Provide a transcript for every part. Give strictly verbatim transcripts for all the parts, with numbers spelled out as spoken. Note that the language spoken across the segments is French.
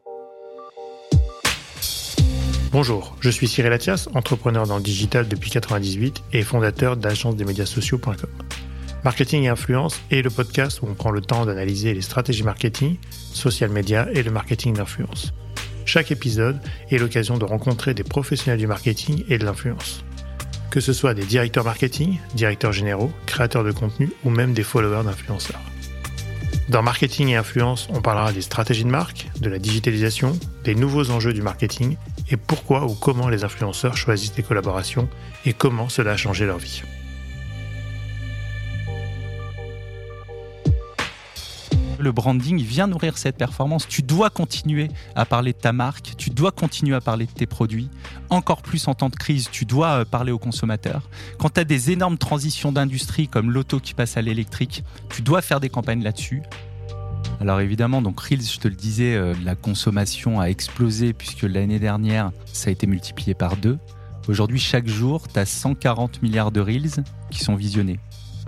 Bonjour, je suis Cyril Attias, entrepreneur dans le digital depuis quatre-vingt-dix-huit et fondateur d'agence des médias sociaux point com. Marketing et influence est le podcast où on prend le temps d'analyser les stratégies marketing, social media et le marketing d'influence. Chaque épisode est l'occasion de rencontrer des professionnels du marketing et de l'influence. Que ce soit des directeurs marketing, directeurs généraux, créateurs de contenu ou même des followers d'influenceurs. Dans Marketing et Influence, on parlera des stratégies de marque, de la digitalisation, des nouveaux enjeux du marketing et pourquoi ou comment les influenceurs choisissent des collaborations et comment cela a changé leur vie. Le branding vient nourrir cette performance. Tu dois continuer à parler de ta marque, tu dois continuer à parler de tes produits. Encore plus en temps de crise, tu dois parler aux consommateurs. Quand tu as des énormes transitions d'industrie comme l'auto qui passe à l'électrique, tu dois faire des campagnes là-dessus. Alors évidemment, donc Reels, je te le disais, euh, la consommation a explosé puisque l'année dernière, ça a été multiplié par deux. Aujourd'hui, chaque jour, tu as cent quarante milliards de Reels qui sont visionnés.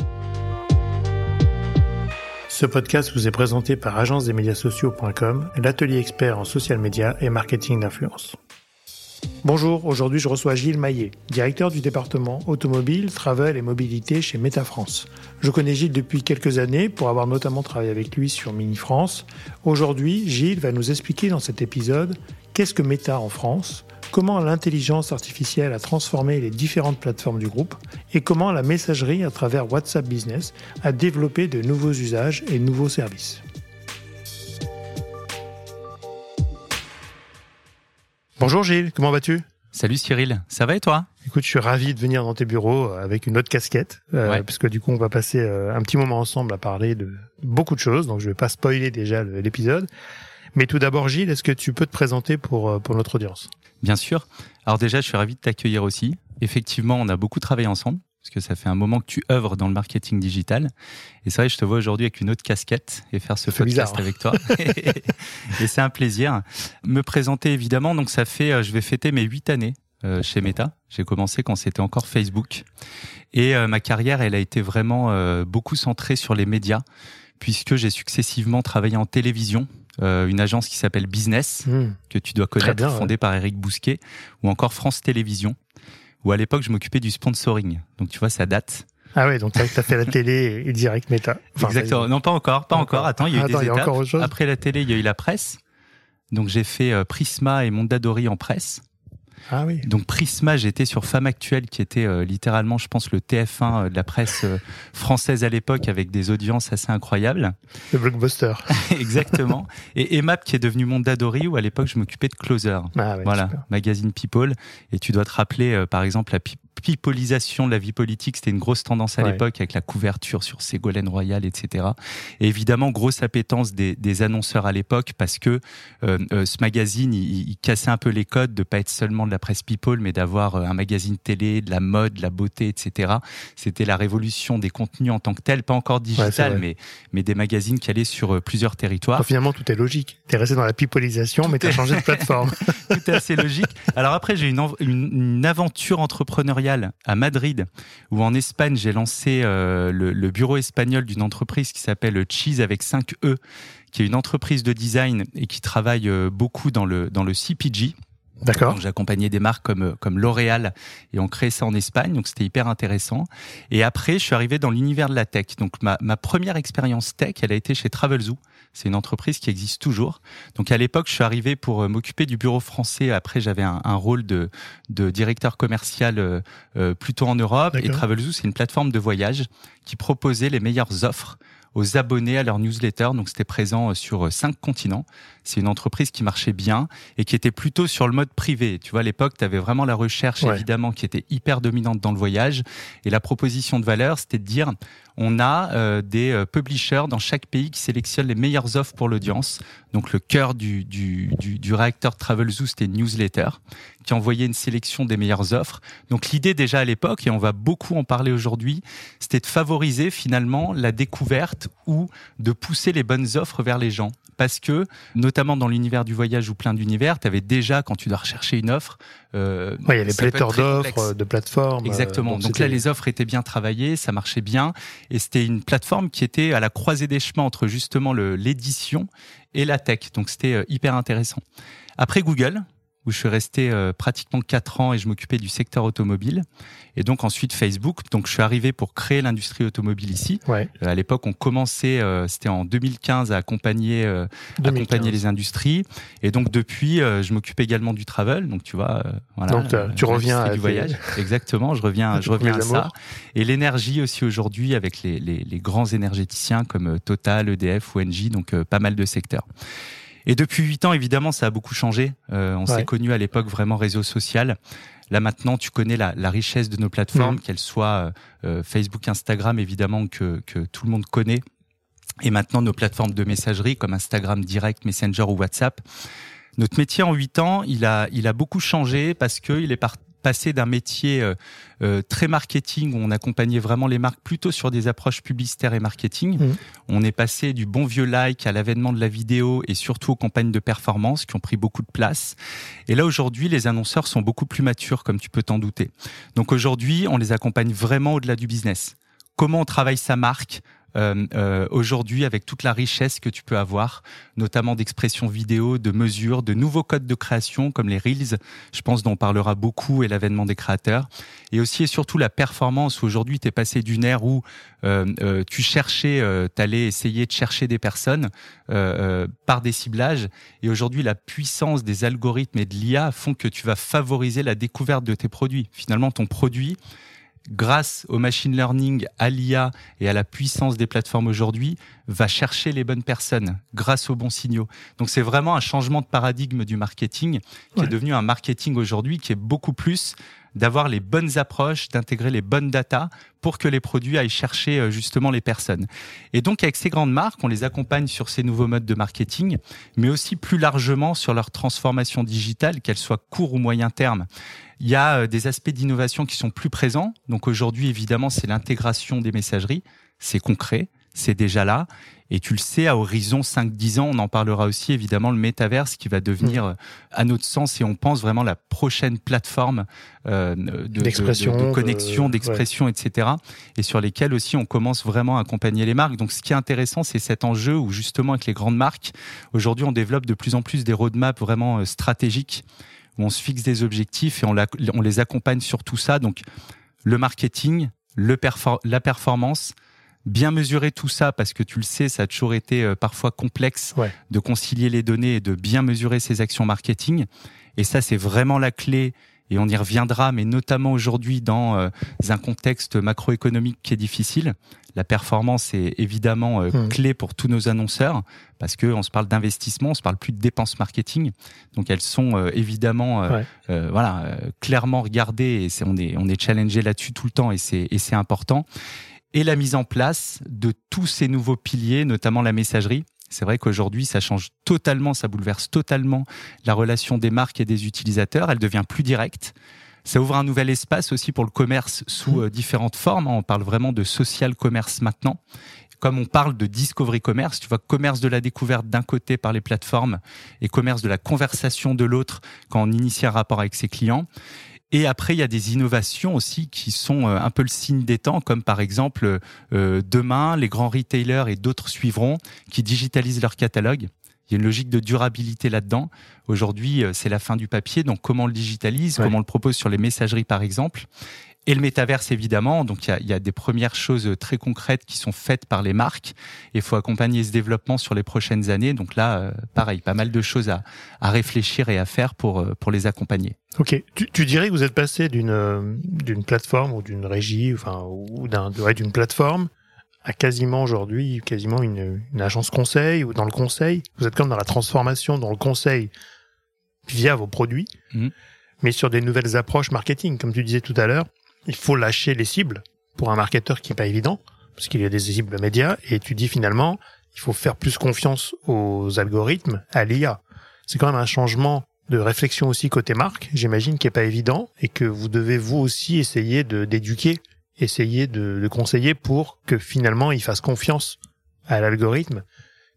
Ce podcast vous est présenté par agence des médias sociaux point com, l'atelier expert en social media et marketing d'influence. Bonjour, aujourd'hui je reçois Gilles Maillet, directeur du département automobile, travel et mobilité chez Meta France. Je connais Gilles depuis quelques années pour avoir notamment travaillé avec lui sur Mini France. Aujourd'hui, Gilles va nous expliquer dans cet épisode qu'est-ce que Meta en France, comment l'intelligence artificielle a transformé les différentes plateformes du groupe et comment la messagerie à travers WhatsApp Business a développé de nouveaux usages et nouveaux services. Bonjour Gilles, comment vas-tu ? Salut Cyril, ça va et toi ? Écoute, je suis ravi de venir dans tes bureaux avec une autre casquette, euh, ouais. parce que du coup on va passer euh, un petit moment ensemble à parler de beaucoup de choses, donc je vais pas spoiler déjà le, l'épisode. Mais tout d'abord Gilles, est-ce que tu peux te présenter pour, pour notre audience ? Bien sûr. Alors déjà, je suis ravi de t'accueillir aussi. Effectivement, on a beaucoup travaillé ensemble, parce que ça fait un moment que tu œuvres dans le marketing digital. Et c'est vrai, je te vois aujourd'hui avec une autre casquette et faire ce c'est podcast bizarre. avec toi. Et c'est un plaisir. Me présenter évidemment, donc ça fait, je vais fêter mes huit années euh, chez Meta. J'ai commencé quand c'était encore Facebook. Et euh, ma carrière, elle a été vraiment euh, beaucoup centrée sur les médias, puisque j'ai successivement travaillé en télévision, euh, une agence qui s'appelle Business, mmh. que tu dois connaître, bien, fondée ouais. par Éric Bousquet, ou encore France Télévisions, où à l'époque, je m'occupais du sponsoring. Donc, tu vois, ça date. Ah ouais, donc tu as fait la télé et direct Meta. Enfin, exactement. Non, pas encore, pas encore. encore. Attends, il y a eu Attends, des il y a étapes. Encore autre chose. Après la télé, il y a eu la presse. Donc, j'ai fait euh, Prisma et Mondadori en presse. Ah oui. Donc Prisma, j'étais sur Femme Actuelle, qui était euh, littéralement, je pense, le T F un euh, de la presse euh, française à l'époque, avec des audiences assez incroyables. Le blockbuster. Exactement. Et Emap, qui est devenu Mondadori, où à l'époque, je m'occupais de Closer. Ah ouais, voilà, super. magazine People. Et tu dois te rappeler, euh, par exemple, la pipolisation de la vie politique, c'était une grosse tendance à ouais. l'époque, avec la couverture sur Ségolène Royal, et cetera. Et évidemment, grosse appétence des, des annonceurs à l'époque, parce que euh, euh, ce magazine, il, il cassait un peu les codes de pas être seulement de la presse people, mais d'avoir un magazine télé, de la mode, de la beauté, et cetera. C'était la révolution des contenus en tant que tel, pas encore digital, ouais, mais, mais des magazines qui allaient sur plusieurs territoires. Bon, finalement, tout est logique. Tu es resté dans la pipolisation, tout mais tu as est... changé de plateforme. Tout est assez logique. Alors après, j'ai une, une, une aventure entrepreneuriale à Madrid, où en Espagne, j'ai lancé euh, le, le bureau espagnol d'une entreprise qui s'appelle Cheese avec cinq E, qui est une entreprise de design et qui travaille euh, beaucoup dans le, dans le C P G. D'accord. Donc, j'accompagnais des marques comme, comme L'Oréal et on créait ça en Espagne, donc c'était hyper intéressant. Et après, je suis arrivé dans l'univers de la tech. Donc, ma, ma première expérience tech, elle a été chez Travelzoo. C'est une entreprise qui existe toujours. Donc, à l'époque, je suis arrivé pour m'occuper du bureau français. Après, j'avais un, un rôle de, de directeur commercial euh, euh, plutôt en Europe. D'accord. Et Travelzoo, c'est une plateforme de voyage qui proposait les meilleures offres aux abonnés à leur newsletter. Donc, c'était présent sur cinq continents. C'est une entreprise qui marchait bien et qui était plutôt sur le mode privé. Tu vois, à l'époque, tu avais vraiment la recherche, ouais. évidemment, qui était hyper dominante dans le voyage. Et la proposition de valeur, c'était de dire, on a euh, des euh, publishers dans chaque pays qui sélectionnent les meilleures offres pour l'audience. Donc, le cœur du, du, du, du réacteur Travelzoo, c'était une newsletter qui envoyait une sélection des meilleures offres. Donc, l'idée déjà à l'époque, et on va beaucoup en parler aujourd'hui, c'était de favoriser finalement la découverte ou de pousser les bonnes offres vers les gens. parce que, notamment dans l'univers du voyage ou plein d'univers, tu avais déjà, quand tu dois rechercher une offre, euh, ouais, il y avait pléthore d'offres, de plateformes. Exactement. Euh, donc donc là, les offres étaient bien travaillées, ça marchait bien, et c'était une plateforme qui était à la croisée des chemins entre justement le, l'édition et la tech. Donc c'était euh, hyper intéressant. Après Google, où je suis resté euh, pratiquement quatre ans et je m'occupais du secteur automobile. Et donc ensuite Facebook. Donc je suis arrivé pour créer l'industrie automobile ici. Ouais. Euh, à l'époque, on commençait, euh, c'était en deux mille quinze, à accompagner, euh, accompagner les industries. Et donc depuis, euh, je m'occupe également du travel. Donc tu vois, euh, voilà. Donc euh, tu reviens à du voyage. Exactement, je reviens, je reviens à ça. Et l'énergie aussi aujourd'hui avec les, les, les grands énergéticiens comme Total, E D F ou Engie. Donc euh, pas mal de secteurs. Et depuis huit ans, évidemment, ça a beaucoup changé. Euh, on ouais. s'est connus à l'époque vraiment réseau social. Là maintenant, tu connais la, la richesse de nos plateformes, mmh. qu'elles soient euh, Facebook, Instagram, évidemment, que, que tout le monde connaît. Et maintenant, nos plateformes de messagerie comme Instagram Direct, Messenger ou WhatsApp. Notre métier en huit ans, il a, il a beaucoup changé parce qu'il est parti passé d'un métier euh, euh, très marketing où on accompagnait vraiment les marques plutôt sur des approches publicitaires et marketing. Mmh. On est passé du bon vieux like à l'avènement de la vidéo et surtout aux campagnes de performance qui ont pris beaucoup de place. Et là aujourd'hui, les annonceurs sont beaucoup plus matures, comme tu peux t'en douter. Donc aujourd'hui, on les accompagne vraiment au-delà du business. Comment on travaille sa marque Euh, euh, aujourd'hui avec toute la richesse que tu peux avoir, notamment d'expressions vidéo, de mesures, de nouveaux codes de création comme les Reels, je pense dont on parlera beaucoup, et l'avènement des créateurs. Et aussi et surtout la performance, où aujourd'hui tu es passé d'une ère où euh, euh, tu cherchais, euh, tu allais essayer de chercher des personnes euh, euh, par des ciblages, et aujourd'hui la puissance des algorithmes et de l'I A font que tu vas favoriser la découverte de tes produits. Finalement, ton produit, grâce au machine learning, à l'I A et à la puissance des plateformes aujourd'hui, va chercher les bonnes personnes grâce aux bons signaux. Donc c'est vraiment un changement de paradigme du marketing qui ouais. est devenu un marketing aujourd'hui qui est beaucoup plus d'avoir les bonnes approches, d'intégrer les bonnes datas pour que les produits aillent chercher justement les personnes. Et donc avec ces grandes marques, on les accompagne sur ces nouveaux modes de marketing, mais aussi plus largement sur leur transformation digitale, qu'elle soit court ou moyen terme. Il y a des aspects d'innovation qui sont plus présents. Donc aujourd'hui, évidemment, c'est l'intégration des messageries. C'est concret, c'est déjà là. Et tu le sais, à horizon cinq dix ans, on en parlera aussi, évidemment, le métaverse qui va devenir, mmh. à notre sens, et on pense vraiment la prochaine plateforme euh, de, d'expression, de, de, de connexion, de... d'expression, ouais. et cetera. Et sur lesquelles aussi on commence vraiment à accompagner les marques. Donc ce qui est intéressant, c'est cet enjeu où justement avec les grandes marques, aujourd'hui on développe de plus en plus des roadmaps vraiment stratégiques, où on se fixe des objectifs et on, la, on les accompagne sur tout ça. Donc le marketing, le perfor- la performance, bien mesurer tout ça, parce que tu le sais, ça a toujours été euh, parfois complexe ouais. de concilier les données et de bien mesurer ses actions marketing. Et ça, c'est vraiment la clé, et on y reviendra, mais notamment aujourd'hui dans euh, un contexte macroéconomique qui est difficile. La performance est évidemment euh, mmh. clé pour tous nos annonceurs, parce que on se parle d'investissement, on se parle plus de dépenses marketing. Donc elles sont euh, évidemment euh, ouais. euh, voilà, euh, clairement regardées, et c'est, on est, on est challengé là-dessus tout le temps, et c'est, et c'est important. Et la mise en place de tous ces nouveaux piliers, notamment la messagerie. C'est vrai qu'aujourd'hui, ça change totalement, ça bouleverse totalement la relation des marques et des utilisateurs. Elle devient plus directe. Ça ouvre un nouvel espace aussi pour le commerce sous euh, différentes formes. On parle vraiment de social commerce maintenant. Comme on parle de discovery commerce, tu vois, commerce de la découverte d'un côté par les plateformes et commerce de la conversation de l'autre quand on initie un rapport avec ses clients. Et après, il y a des innovations aussi qui sont un peu le signe des temps, comme par exemple, euh, demain, les grands retailers et d'autres suivront, qui digitalisent leur catalogue. Il y a une logique de durabilité là-dedans. Aujourd'hui, c'est la fin du papier, donc comment on le digitalise, ouais. comment on le propose sur les messageries par exemple. Et le métaverse, évidemment. Donc, il y a, il y a des premières choses très concrètes qui sont faites par les marques. Et il faut accompagner ce développement sur les prochaines années. Donc là, euh, pareil, pas mal de choses à, à réfléchir et à faire pour, pour les accompagner. Ok. Tu, tu dirais que vous êtes passé d'une, d'une plateforme ou d'une régie, enfin, ou d'un, ouais, d'une plateforme à quasiment aujourd'hui, quasiment une, une agence conseil ou dans le conseil. Vous êtes comme dans la transformation, dans le conseil via vos produits, mmh. mais sur des nouvelles approches marketing. Comme tu disais tout à l'heure, il faut lâcher les cibles pour un marketeur qui n'est pas évident, parce qu'il y a des cibles médias, et tu dis finalement, il faut faire plus confiance aux algorithmes, à l'I A. C'est quand même un changement de réflexion aussi côté marque, j'imagine, qui n'est pas évident, et que vous devez vous aussi essayer de, d'éduquer, essayer de, de conseiller pour que finalement il fasse confiance à l'algorithme,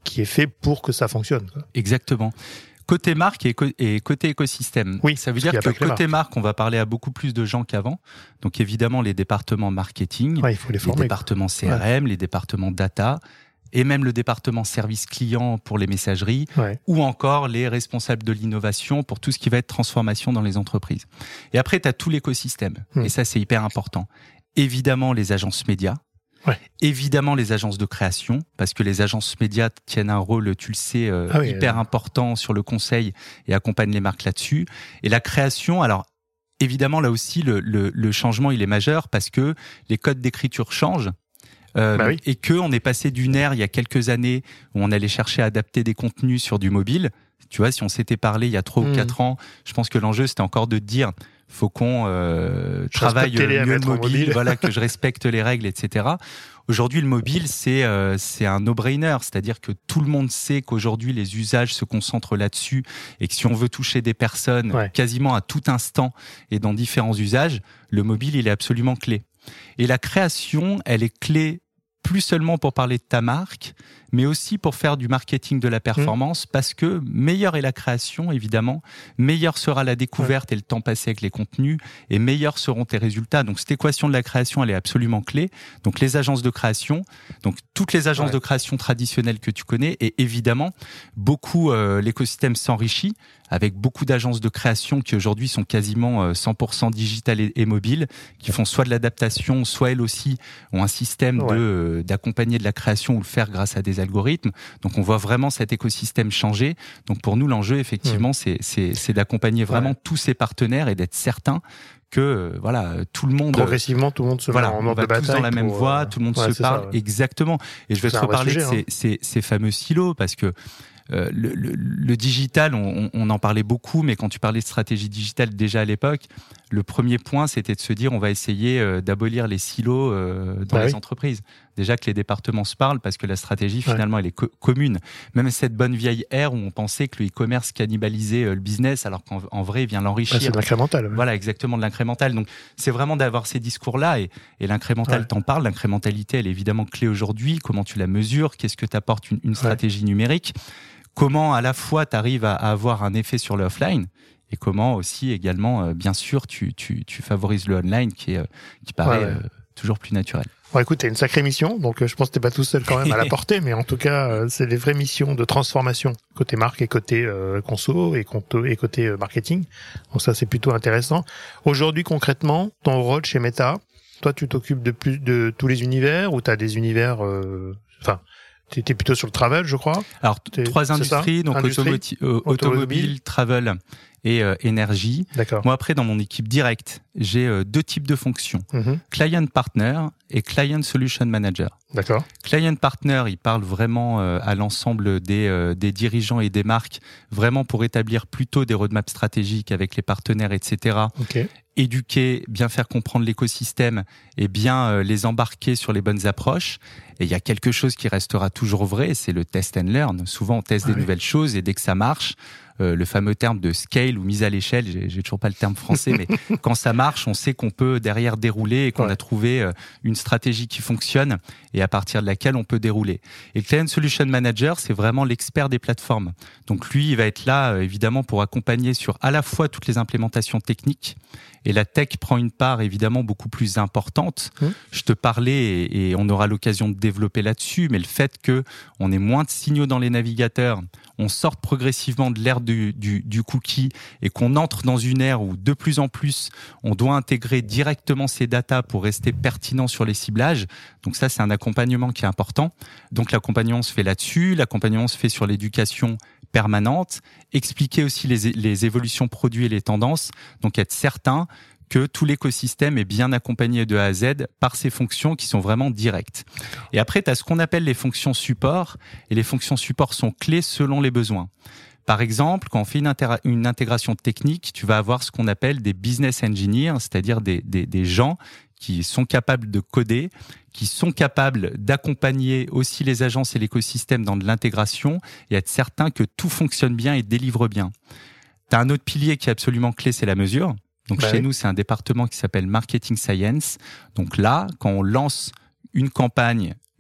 qui est fait pour que ça fonctionne, quoi. Exactement. Côté marque et, co- et côté écosystème. Oui, ça veut parce dire qu'il y a que pas que les côté marque, on va parler à beaucoup plus de gens qu'avant. Donc évidemment, les départements marketing, Ouais, il faut les les former. départements C R M, les départements data, et même le département service client pour les messageries, Ouais. ou encore les responsables de l'innovation pour tout ce qui va être transformation dans les entreprises. Et après, tu as tout l'écosystème. Hmm. Et ça, c'est hyper important. Évidemment, les agences médias. Ouais. Évidemment, les agences de création, parce que les agences médias tiennent un rôle, tu le sais, euh, Ah oui, hyper euh... important sur le conseil et accompagnent les marques là-dessus. Et la création, alors évidemment, là aussi, le, le, le changement, il est majeur parce que les codes d'écriture changent. Euh, bah oui. Et que on est passé d'une ère il y a quelques années où on allait chercher à adapter des contenus sur du mobile. Tu vois, si on s'était parlé il y a trois mmh. ou quatre ans, je pense que l'enjeu c'était encore de dire faut qu'on euh, travaille mieux le mobile, mobile. Voilà, que je respecte les règles, et cetera. Aujourd'hui, le mobile, c'est euh, c'est un no-brainer, c'est-à-dire que tout le monde sait qu'aujourd'hui les usages se concentrent là-dessus et que si on veut toucher des personnes ouais. quasiment à tout instant et dans différents usages, le mobile, il est absolument clé. Et la création, elle est clé plus seulement pour parler de ta marque, mais aussi pour faire du marketing de la performance, mmh. parce que meilleure est la création, évidemment, meilleure sera la découverte ouais. et le temps passé avec les contenus, et meilleurs seront tes résultats. Donc cette équation de la création, elle est absolument clé. Donc les agences de création, donc toutes les agences ouais. de création traditionnelles que tu connais, et évidemment, beaucoup, euh, l'écosystème s'enrichit, avec beaucoup d'agences de création qui aujourd'hui sont quasiment cent pour cent digitales et, et mobiles, qui font soit de l'adaptation, soit elles aussi ont un système ouais. de, euh, d'accompagner de la création ou le faire grâce à des algorithmes. Donc on voit vraiment cet écosystème changer. Donc pour nous, l'enjeu, effectivement, mmh. c'est, c'est, c'est d'accompagner vraiment ouais. tous ces partenaires et d'être certain que euh, voilà, tout le monde progressivement tout le monde se voilà, met en mode de bataille tous dans la même pour, voie, euh... tout le monde ouais, se parle ça, ouais. exactement. Et je vais c'est te reparler sujet, de ces, hein. ces, ces fameux silos parce que Euh, le, le, le digital, on, on en parlait beaucoup, mais quand tu parlais de stratégie digitale déjà à l'époque, le premier point, c'était de se dire on va essayer euh, d'abolir les silos euh, dans bah les oui. entreprises. Déjà que les départements se parlent parce que la stratégie, finalement, ouais. elle est co- commune. Même cette bonne vieille ère où on pensait que le e-commerce cannibalisait euh, le business, alors qu'en en vrai, il vient l'enrichir. Bah, c'est de l'incrémental. Ouais. Voilà, exactement, de l'incrémental. Donc, c'est vraiment d'avoir ces discours-là et, et l'incrémental ouais. t'en parle. L'incrémentalité, elle est évidemment clé aujourd'hui. Comment tu la mesures? Qu'est-ce que t'apporte une, une stratégie ouais. numérique? Comment à la fois tu arrives à, à avoir un effet sur le offline et comment aussi également, euh, bien sûr, tu, tu, tu favorises le online qui, est, euh, qui paraît ouais, ouais. Euh, toujours plus naturel. Bon, écoute, t'as une sacrée mission, donc euh, je pense que t'es pas tout seul quand même à la porter, mais en tout cas, euh, c'est des vraies missions de transformation côté marque et côté euh, conso et, conto, et côté euh, marketing. Donc ça, c'est plutôt intéressant. Aujourd'hui, concrètement, ton rôle chez Meta, toi, tu t'occupes de plus de tous les univers ou t'as des univers, enfin. Euh, T'étais plutôt sur le travel, je crois. Alors, T'es, trois industries, donc Industrie, automoti- euh, automobile, automobile, travel et euh, énergie. D'accord. Moi, après, dans mon équipe directe, j'ai euh, deux types de fonctions. Mm-hmm. Client Partner et Client Solution Manager. D'accord. Client Partner, il parle vraiment euh, à l'ensemble des, euh, des dirigeants et des marques, vraiment pour établir plutôt des roadmaps stratégiques avec les partenaires, et cetera. Okay. Éduquer, bien faire comprendre l'écosystème et bien euh, les embarquer sur les bonnes approches. Et il y a quelque chose qui restera toujours vrai, c'est le test and learn. Souvent, on teste ah des oui. nouvelles choses et dès que ça marche, euh, le fameux terme de scale ou mise à l'échelle, j'ai, j'ai toujours pas le terme français, mais quand ça marche, on sait qu'on peut derrière dérouler et qu'on ouais. a trouvé euh, une stratégie qui fonctionne et à partir de laquelle on peut dérouler. Et le Client Solution Manager, c'est vraiment l'expert des plateformes. Donc lui, il va être là, euh, évidemment, pour accompagner sur à la fois toutes les implémentations techniques. Et la tech prend une part évidemment beaucoup plus importante. Mmh. Je te parlais et, et on aura l'occasion de développer là-dessus, mais le fait que on ait moins de signaux dans les navigateurs, on sorte progressivement de l'ère du, du, du cookie et qu'on entre dans une ère où de plus en plus on doit intégrer directement ces datas pour rester pertinent sur les ciblages. Donc ça, c'est un accompagnement qui est important. Donc l'accompagnement se fait là-dessus, l'accompagnement se fait sur l'éducation permanente, expliquer aussi les, les évolutions produits et les tendances, donc être certain que tout l'écosystème est bien accompagné de A à Z par ces fonctions qui sont vraiment directes. Et après, tu as ce qu'on appelle les fonctions support, et les fonctions support sont clés selon les besoins. Par exemple, quand on fait une, intégra- une intégration technique, tu vas avoir ce qu'on appelle des business engineers, c'est-à-dire des, des, des gens qui sont capables de coder, qui sont capables d'accompagner aussi les agences et l'écosystème dans de l'intégration et être certain que tout fonctionne bien et délivre bien. Tu as un autre pilier qui est absolument clé, c'est la mesure. Donc bah chez oui. nous, c'est un département qui s'appelle Marketing Science. Donc là, quand on lance une campagne,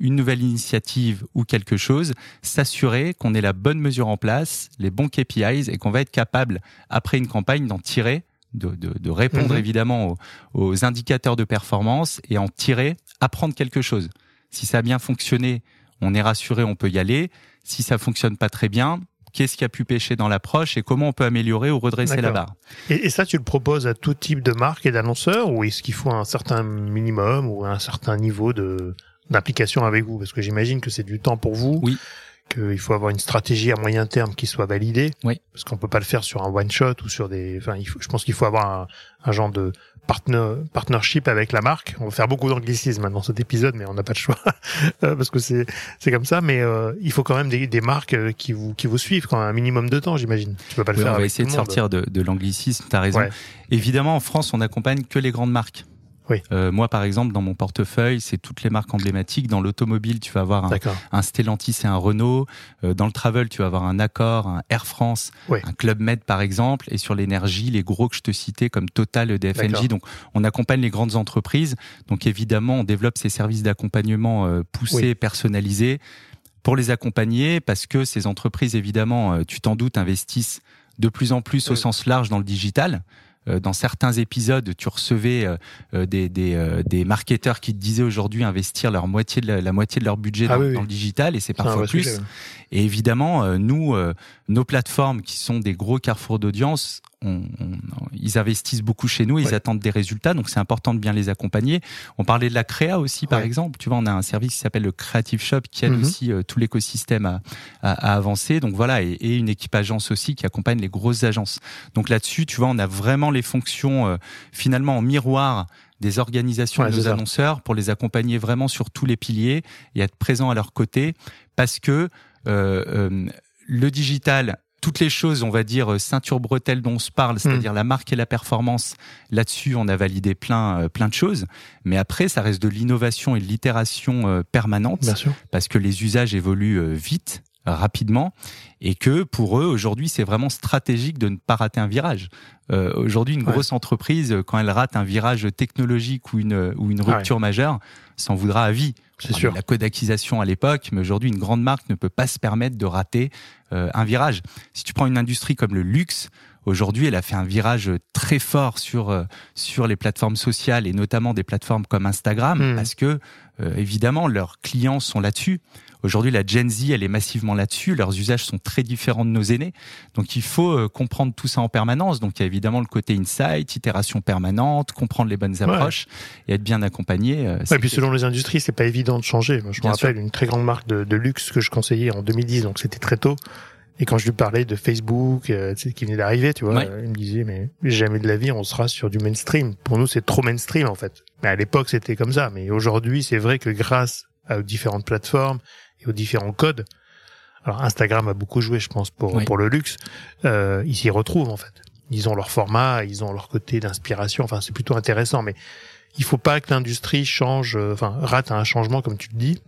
une nouvelle initiative ou quelque chose, s'assurer qu'on ait la bonne mesure en place, les bons K P Is et qu'on va être capable, après une campagne, d'en tirer, de, de, de répondre mmh. évidemment aux, aux indicateurs de performance et en tirer, apprendre quelque chose. Si ça a bien fonctionné, on est rassuré, on peut y aller. Si ça fonctionne pas très bien, qu'est-ce qui a pu pêcher dans l'approche et comment on peut améliorer ou redresser D'accord. la barre. Et, et ça, tu le proposes à tout type de marque et d'annonceurs, ou est-ce qu'il faut un certain minimum ou un certain niveau de d'implication avec vous? Parce que j'imagine que c'est du temps pour vous. Oui. Qu'il faut avoir une stratégie à moyen terme qui soit validée. Oui. Parce qu'on peut pas le faire sur un one shot ou sur des, enfin, il faut, je pense qu'il faut avoir un, un genre de partner, partnership avec la marque. On va faire beaucoup d'anglicisme dans cet épisode, mais on n'a pas le choix. Parce que c'est, c'est comme ça, mais, euh, il faut quand même des, des marques qui vous, qui vous suivent quand même un minimum de temps, j'imagine. Tu peux pas le oui, faire on avec va essayer tout de le monde. sortir de, de l'anglicisme, t'as raison. Ouais. Évidemment, en France, on n'accompagne que les grandes marques. Oui. Euh, moi, par exemple, dans mon portefeuille, c'est toutes les marques emblématiques. Dans l'automobile, tu vas avoir un, un Stellantis et un Renault. Euh, dans le travel, tu vas avoir un Accor, un Air France, oui. un Club Med, par exemple. Et sur l'énergie, les gros que je te citais, comme Total, E D F N J. Donc, on accompagne les grandes entreprises. Donc, évidemment, on développe ces services d'accompagnement euh, poussés, oui. personnalisés, pour les accompagner, parce que ces entreprises, évidemment, euh, tu t'en doutes, investissent de plus en plus oui. au sens large dans le digital. Dans certains épisodes, tu recevais euh, des des euh, des marketeurs qui te disaient aujourd'hui investir leur moitié de la, la moitié de leur budget ah dans, oui, dans oui. le digital, et c'est parfois ah, plus. sujet, ouais. Et évidemment, euh, nous, euh, nos plateformes qui sont des gros carrefours d'audience, on, on, ils investissent beaucoup chez nous, ils ouais. attendent des résultats, donc c'est important de bien les accompagner. On parlait de la créa aussi, par ouais. exemple. Tu vois, on a un service qui s'appelle le Creative Shop qui aide mm-hmm. aussi euh, tout l'écosystème à, à, à avancer. Donc voilà, et, et une équipe agence aussi qui accompagne les grosses agences. Donc là-dessus, tu vois, on a vraiment les fonctions euh, finalement en miroir des organisations ouais, de nos annonceurs ça. Pour les accompagner vraiment sur tous les piliers et être présent à leur côté, parce que euh, euh, le digital, toutes les choses, on va dire, ceinture bretelle dont on se parle, c'est-à-dire mmh. la marque et la performance, là-dessus, on a validé plein, euh, plein de choses. Mais après, ça reste de l'innovation et de l'itération euh, permanente, Bien sûr. Parce que les usages évoluent euh, vite, rapidement, et que pour eux, aujourd'hui, c'est vraiment stratégique de ne pas rater un virage. Euh, aujourd'hui, une grosse ouais. entreprise, quand elle rate un virage technologique ou une, ou une rupture ouais. majeure, s'en voudra à vie. C'est sûr. La codakisation à l'époque, mais aujourd'hui, une grande marque ne peut pas se permettre de rater euh, un virage. Si tu prends une industrie comme le luxe, aujourd'hui, elle a fait un virage très fort sur euh, sur les plateformes sociales et notamment des plateformes comme Instagram, mmh. parce que euh, évidemment leurs clients sont là-dessus. Aujourd'hui, la Gen Z, elle est massivement là-dessus. Leurs usages sont très différents de nos aînés. Donc, il faut euh, comprendre tout ça en permanence. Donc, il y a évidemment le côté insight, itération permanente, comprendre les bonnes approches ouais. et être bien accompagné. Euh, et puis, selon les industries, c'est pas évident de changer. Moi, je bien me rappelle sûr. Une très grande marque de, de luxe que je conseillais en deux mille dix, donc c'était très tôt. Et quand je lui parlais de Facebook, euh, tu sais, qui venait d'arriver, tu vois, ouais. euh, il me disait, mais jamais de la vie, on sera sur du mainstream. Pour nous, c'est trop mainstream, en fait. Mais à l'époque, c'était comme ça. Mais aujourd'hui, c'est vrai que grâce aux différentes plateformes et aux différents codes, alors Instagram a beaucoup joué, je pense, pour oui. pour le luxe, euh, ils s'y retrouvent, en fait. Ils ont leur format, ils ont leur côté d'inspiration. Enfin, c'est plutôt intéressant. Mais il faut pas que l'industrie change, euh, enfin, rate un changement, comme tu le dis,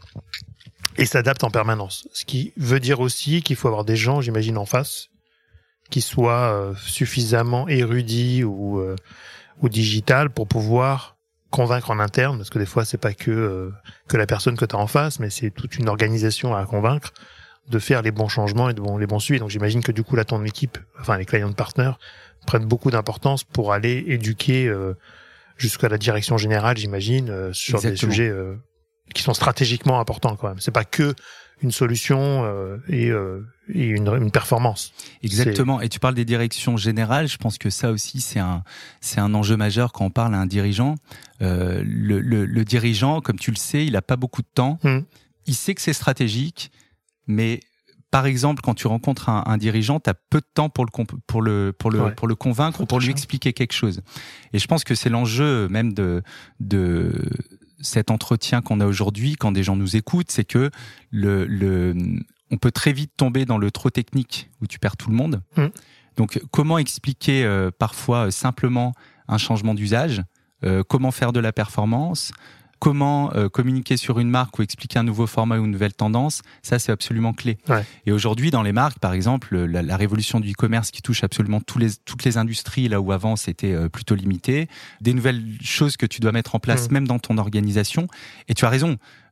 et s'adapte en permanence. Ce qui veut dire aussi qu'il faut avoir des gens, j'imagine, en face, qui soient euh, suffisamment érudits ou euh, ou digital pour pouvoir convaincre en interne, parce que des fois c'est pas que euh, que la personne que tu as en face, mais c'est toute une organisation à convaincre de faire les bons changements et de bon, les bons suivis. Donc j'imagine que du coup là ton équipe, enfin les clients partners, prennent beaucoup d'importance pour aller éduquer euh, jusqu'à la direction générale, j'imagine, euh, sur Exactement. Des sujets euh, qui sont stratégiquement importants quand même. C'est pas que une solution euh, et, euh, et une, une performance. Exactement. C'est... Et tu parles des directions générales. Je pense que ça aussi c'est un c'est un enjeu majeur quand on parle à un dirigeant. Euh, le, le, le dirigeant, comme tu le sais, il a pas beaucoup de temps. Mmh. Il sait que c'est stratégique, mais par exemple, quand tu rencontres un, un dirigeant, tu as peu de temps pour le comp- pour le pour le ouais. pour le convaincre ou pour lui expliquer quelque chose. Et je pense que c'est l'enjeu même de de cet entretien qu'on a aujourd'hui, quand des gens nous écoutent, c'est que le, le, on peut très vite tomber dans le trop technique où tu perds tout le monde. Mmh. Donc, comment expliquer euh, parfois euh, simplement un changement d'usage, euh, comment faire de la performance, comment euh, communiquer sur une marque ou expliquer un nouveau format ou une nouvelle tendance, ça c'est absolument clé. Ouais. Et aujourd'hui, dans les marques, par exemple, la, la révolution du e-commerce qui touche absolument tous les, toutes les industries, là où avant c'était euh, plutôt limité, des nouvelles choses que tu dois mettre en place mmh. même dans ton organisation. Et tu as raison,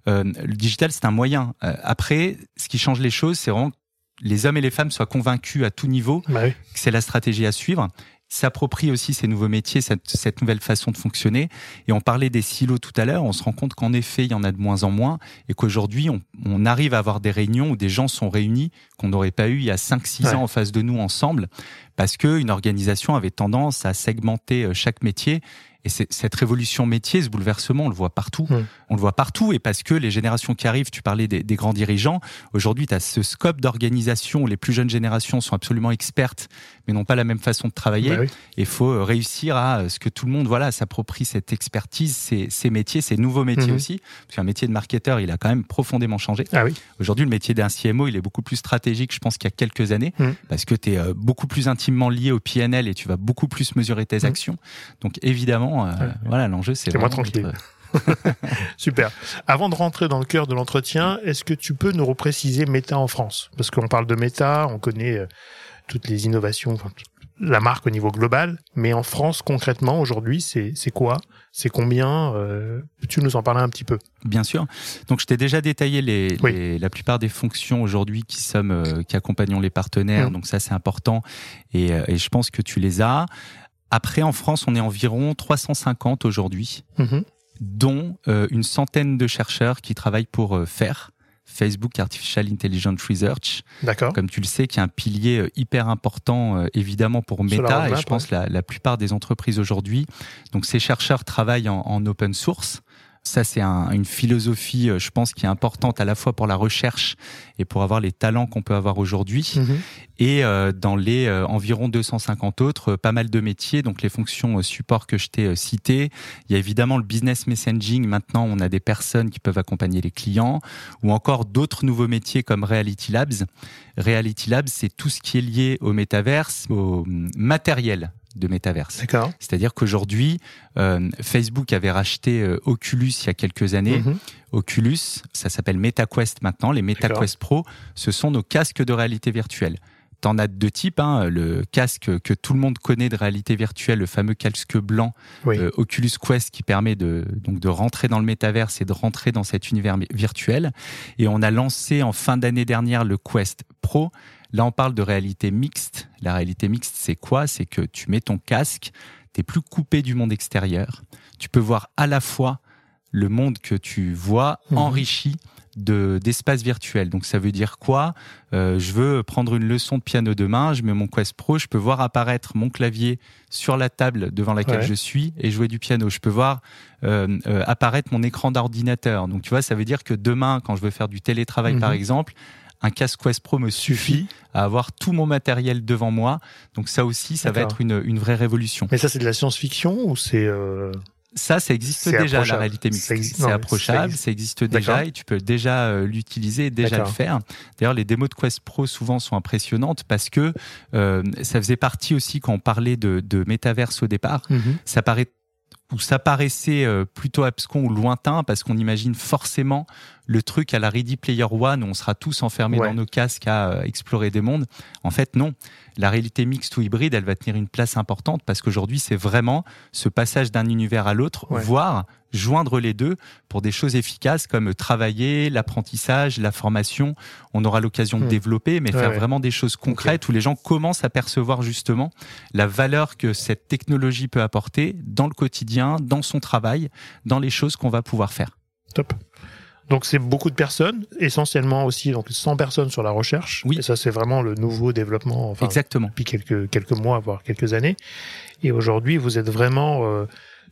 euh, le digital, c'est un moyen. Euh, après, ce qui change les choses, c'est vraiment que les hommes et les femmes soient convaincus à tout niveau bah oui. que c'est la stratégie à suivre, s'approprient aussi ces nouveaux métiers, cette, cette nouvelle façon de fonctionner. Et on parlait des silos tout à l'heure, on se rend compte qu'en effet, il y en a de moins en moins et qu'aujourd'hui, on, on arrive à avoir des réunions où des gens sont réunis qu'on n'aurait pas eu il y a cinq six ouais. ans en face de nous ensemble, parce qu'une organisation avait tendance à segmenter chaque métier. Et c'est, cette révolution métier, ce bouleversement, on le voit partout. Mmh. On le voit partout. Et parce que les générations qui arrivent, tu parlais des, des grands dirigeants, aujourd'hui, tu as ce scope d'organisation où les plus jeunes générations sont absolument expertes, mais n'ont pas la même façon de travailler. Bah oui. Et il faut réussir à ce que tout le monde voilà, s'approprie cette expertise, ces, ces métiers, ces nouveaux métiers mmh. aussi. Parce qu'un métier de marketeur, il a quand même profondément changé. Ah oui. Aujourd'hui, le métier d'un C M O, il est beaucoup plus stratégique, je pense, qu'il y a quelques années, mmh. parce que tu es beaucoup plus intimement lié au P and L et tu vas beaucoup plus mesurer tes mmh. actions. Donc évidemment, Euh, ouais. voilà, l'enjeu, c'est, c'est moins tranquille. Être... Super. Avant de rentrer dans le cœur de l'entretien, est-ce que tu peux nous repréciser Meta en France ? Parce qu'on parle de Meta, on connaît euh, toutes les innovations, enfin, la marque au niveau global, mais en France, concrètement, aujourd'hui, c'est, c'est quoi ? C'est combien ? euh, Peux-tu nous en parler un petit peu ? Bien sûr. Donc, je t'ai déjà détaillé les, oui. les, la plupart des fonctions aujourd'hui qui sommes, euh, qui accompagnons les partenaires. Mmh. Donc, ça, c'est important. Et, euh, et je pense que tu les as. Après, en France, on est environ trois cent cinquante aujourd'hui, mmh. dont euh, une centaine de chercheurs qui travaillent pour euh, F A I R, Facebook Artificial Intelligence Research. D'accord. Comme tu le sais, qui est un pilier euh, hyper important, euh, évidemment, pour Meta, et je pense ouais. la, la plupart des entreprises aujourd'hui. Donc, ces chercheurs travaillent en, en open source. Ça, c'est un, une philosophie, je pense, qui est importante à la fois pour la recherche et pour avoir les talents qu'on peut avoir aujourd'hui. Mmh. Et euh, dans les euh, environ deux cent cinquante autres, euh, pas mal de métiers, donc les fonctions euh, support que je t'ai euh, citées. Il y a évidemment le business messaging. Maintenant, on a des personnes qui peuvent accompagner les clients, ou encore d'autres nouveaux métiers comme Reality Labs. Reality Labs, c'est tout ce qui est lié au métaverse, au matériel de métaverse. D'accord. C'est-à-dire qu'aujourd'hui, euh, Facebook avait racheté euh, Oculus il y a quelques années. Mmh. Oculus, ça s'appelle MetaQuest maintenant. Les MetaQuest Pro, ce sont nos casques de réalité virtuelle. T'en as deux types, hein, le casque que tout le monde connaît de réalité virtuelle, le fameux casque blanc, oui. euh, Oculus Quest, qui permet de donc de rentrer dans le métaverse et de rentrer dans cet univers virtuel. Et on a lancé en fin d'année dernière le Quest Pro. Là, on parle de réalité mixte. La réalité mixte, c'est quoi ? C'est que tu mets ton casque, t'es plus coupé du monde extérieur. Tu peux voir à la fois le monde que tu vois mmh. enrichi de d'espace virtuel. Donc ça veut dire quoi ? euh, Je veux prendre une leçon de piano demain, je mets mon Quest Pro, je peux voir apparaître mon clavier sur la table devant laquelle ouais. je suis et jouer du piano. Je peux voir euh, euh, apparaître mon écran d'ordinateur. Donc tu vois, ça veut dire que demain, quand je veux faire du télétravail mmh. par exemple, un casque Quest Pro me suffit à avoir tout mon matériel devant moi. Donc ça aussi, ça D'accord. va être une, une vraie révolution. Mais ça, c'est de la science-fiction ou c'est... Euh... Ça, ça existe c'est déjà, la réalité mixte. C'est, exi- c'est non, approchable, ça existe, ça existe déjà D'accord. et tu peux déjà euh, l'utiliser et déjà D'accord. le faire. D'ailleurs, les démos de Quest Pro souvent sont impressionnantes parce que euh, ça faisait partie aussi quand on parlait de, de métaverse au départ. Mm-hmm. Ça paraît où ça paraissait plutôt abscon ou lointain parce qu'on imagine forcément le truc à la Ready Player One où on sera tous enfermés ouais. dans nos casques à explorer des mondes. En fait, non. La réalité mixte ou hybride, elle va tenir une place importante parce qu'aujourd'hui, c'est vraiment ce passage d'un univers à l'autre, ouais. voire joindre les deux pour des choses efficaces comme travailler, l'apprentissage, la formation. On aura l'occasion mmh. de développer, mais ouais, faire ouais. vraiment des choses concrètes okay. où les gens commencent à percevoir justement la valeur que cette technologie peut apporter dans le quotidien, dans son travail, dans les choses qu'on va pouvoir faire. Top. Donc c'est beaucoup de personnes, essentiellement aussi donc cent personnes sur la recherche. Oui. Et ça c'est vraiment le nouveau développement. Enfin, Exactement. Depuis quelques quelques mois voire quelques années. Et aujourd'hui vous êtes vraiment euh,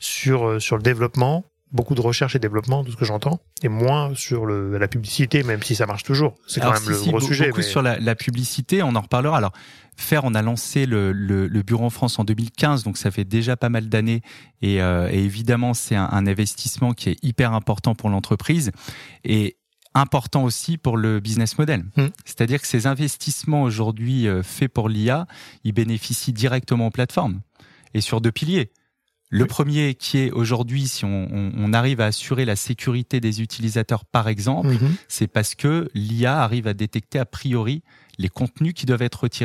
sur sur le développement, beaucoup de recherche et développement, de ce que j'entends, et moins sur le la publicité, même si ça marche toujours. C'est Alors, quand même si, le si, gros beaucoup sujet. Beaucoup mais... sur la, la publicité, on en reparlera. Alors. F A I R, on a lancé le, le, le bureau en France en deux mille quinze, donc ça fait déjà pas mal d'années. Et, euh, et évidemment, c'est un, un investissement qui est hyper important pour l'entreprise et important aussi pour le business model. Mmh. C'est-à-dire que ces investissements aujourd'hui euh, faits pour l'I A, ils bénéficient directement aux plateformes et sur deux piliers. Le oui. premier qui est aujourd'hui, si on, on, on arrive à assurer la sécurité des utilisateurs, par exemple, mmh. c'est parce que l'I A arrive à détecter a priori les contenus qui doivent être retirés.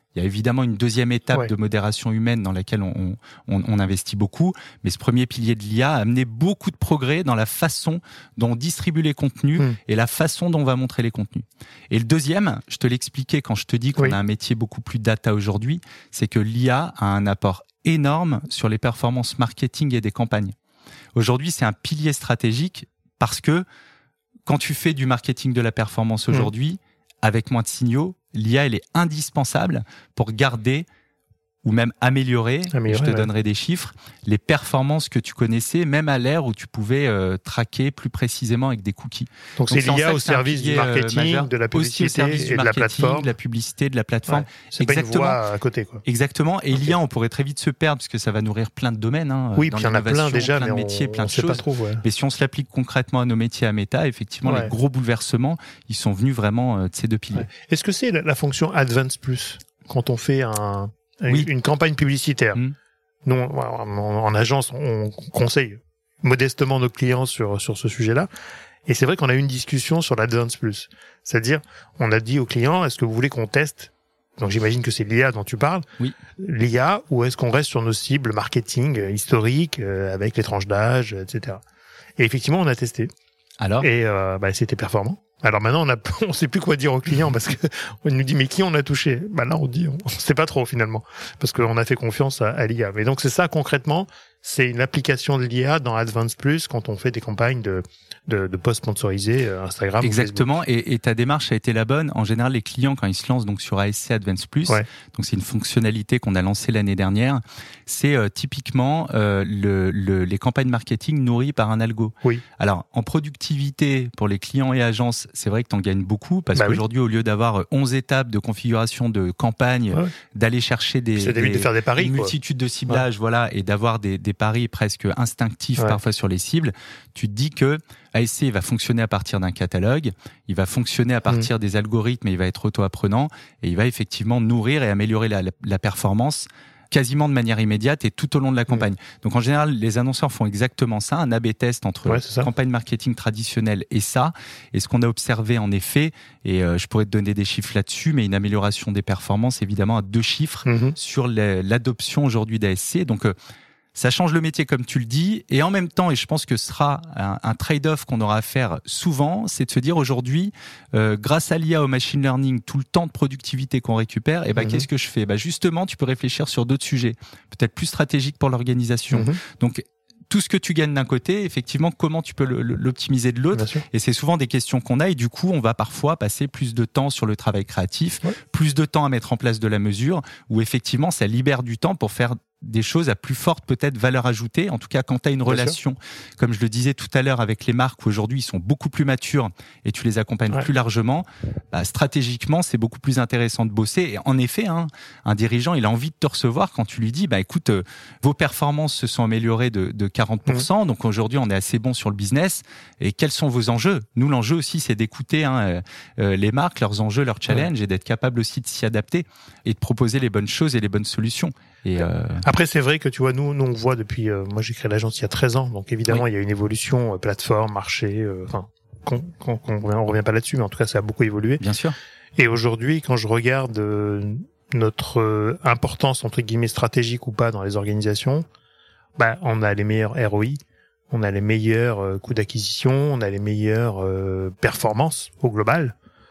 Il y a évidemment une deuxième étape ouais. de modération humaine dans laquelle on, on, on investit beaucoup, mais ce premier pilier de l'I A a amené beaucoup de progrès dans la façon dont on distribue les contenus mmh. et la façon dont on va montrer les contenus. Et le deuxième, je te l'expliquais quand je te dis qu'on oui. a un métier beaucoup plus data aujourd'hui, c'est que l'I A a un apport énorme sur les performances marketing et des campagnes. Aujourd'hui, c'est un pilier stratégique parce que quand tu fais du marketing de la performance aujourd'hui, mmh. avec moins de signaux, l'I A, elle est indispensable pour garder ou même améliorer, améliorer je te ouais. donnerai des chiffres, les performances que tu connaissais, même à l'ère où tu pouvais euh, traquer plus précisément avec des cookies. Donc, Donc c'est l'I A au service du marketing, euh, de la publicité et de la plateforme. De la publicité, de la plateforme. Ouais, c'est Exactement. Pas une voie à côté, quoi. Exactement. Et okay. l'I A, on pourrait très vite se perdre parce que ça va nourrir plein de domaines. Hein, oui, puis il y en a plein déjà, plein mais de métiers, on, plein on de sait choses. Pas trop, ouais. Mais si on se l'applique concrètement à nos métiers à Meta, effectivement, ouais. les gros bouleversements, ils sont venus vraiment de ces deux piliers. Ouais. Est-ce que c'est la, la fonction Advanced Plus quand on fait un Oui. une campagne publicitaire. Mmh. Nous, en, en agence, on conseille modestement nos clients sur sur ce sujet-là. Et c'est vrai qu'on a eu une discussion sur l'Advance Plus. C'est-à-dire, on a dit aux clients, est-ce que vous voulez qu'on teste? Donc j'imagine que c'est l'I A dont tu parles. Oui. L'I A, ou est-ce qu'on reste sur nos cibles marketing euh, historiques, euh, avec les tranches d'âge, et cetera. Et effectivement, on a testé. Alors? Et euh, bah, c'était performant. Alors maintenant, on a, on sait plus quoi dire aux clients parce que on nous dit mais qui on a touché. Bah là, on dit on, on sait pas trop finalement parce qu'on a fait confiance à, à l'I A. Mais donc c'est ça concrètement, c'est une application de l'I A dans Advance Plus quand on fait des campagnes de de, de posts sponsorisés euh, Instagram. Exactement. Et, et ta démarche a été la bonne. En général, les clients quand ils se lancent donc sur A S C Advance Plus, ouais. donc c'est une fonctionnalité qu'on a lancée l'année dernière. C'est euh, typiquement euh, le, le les campagnes marketing nourries par un algo. Oui. Alors en productivité pour les clients et agences, c'est vrai que tu en gagnes beaucoup parce bah qu'aujourd'hui, oui. au lieu d'avoir onze étapes de configuration de campagne, ouais. d'aller chercher des, des, de faire des paris, une quoi. multitude de ciblages, ouais. voilà, et d'avoir des, des paris presque instinctifs ouais. parfois sur les cibles, tu te dis que A S C va fonctionner à partir d'un catalogue, il va fonctionner à partir mmh. des algorithmes et il va être auto-apprenant et il va effectivement nourrir et améliorer la, la, la performance quasiment de manière immédiate et tout au long de la campagne. Mmh. Donc en général, les annonceurs font exactement ça, un A B test entre ouais, campagne marketing traditionnelle et ça. Et ce qu'on a observé en effet, et euh, je pourrais te donner des chiffres là-dessus, mais une amélioration des performances évidemment à deux chiffres mmh. sur les, l'adoption aujourd'hui d'A S C. Donc euh, ça change le métier comme tu le dis, et en même temps, et je pense que ce sera un, un trade-off qu'on aura à faire souvent, c'est de se dire aujourd'hui, euh, grâce à l'I A, au machine learning, tout le temps de productivité qu'on récupère, et ben mmh. qu'est-ce que je fais? Ben justement, tu peux réfléchir sur d'autres sujets, peut-être plus stratégiques pour l'organisation. Mmh. Donc tout ce que tu gagnes d'un côté, effectivement, comment tu peux le, le, l'optimiser de l'autre. Et c'est souvent des questions qu'on a, et du coup, on va parfois passer plus de temps sur le travail créatif, ouais. plus de temps à mettre en place de la mesure, où effectivement, ça libère du temps pour faire des choses à plus forte peut-être valeur ajoutée. En tout cas, quand tu as une Bien relation, sûr. Comme je le disais tout à l'heure avec les marques où aujourd'hui ils sont beaucoup plus matures et tu les accompagnes ouais. plus largement, bah, stratégiquement c'est beaucoup plus intéressant de bosser. Et en effet, hein, un dirigeant il a envie de te recevoir quand tu lui dis bah écoute, euh, vos performances se sont améliorées de, de quarante pour cent, mmh. donc aujourd'hui on est assez bon sur le business. Et quels sont vos enjeux? Nous l'enjeu aussi c'est d'écouter hein, euh, euh, les marques, leurs enjeux, leurs challenges ouais. et d'être capable aussi de s'y adapter et de proposer les bonnes choses et les bonnes solutions. Et euh... Après, c'est vrai que tu vois, nous, nous on voit depuis. Euh, moi, j'ai créé l'agence il y a treize ans, donc évidemment, oui. il y a une évolution euh, plateforme, marché. Enfin, euh, on, on, on revient pas là-dessus, mais en tout cas, ça a beaucoup évolué. Bien sûr. Et aujourd'hui, quand je regarde euh, notre euh, importance entre guillemets stratégique ou pas dans les organisations, bah, on a les meilleurs R O I, on a les meilleurs euh, coûts d'acquisition, on a les meilleures euh, performances au global.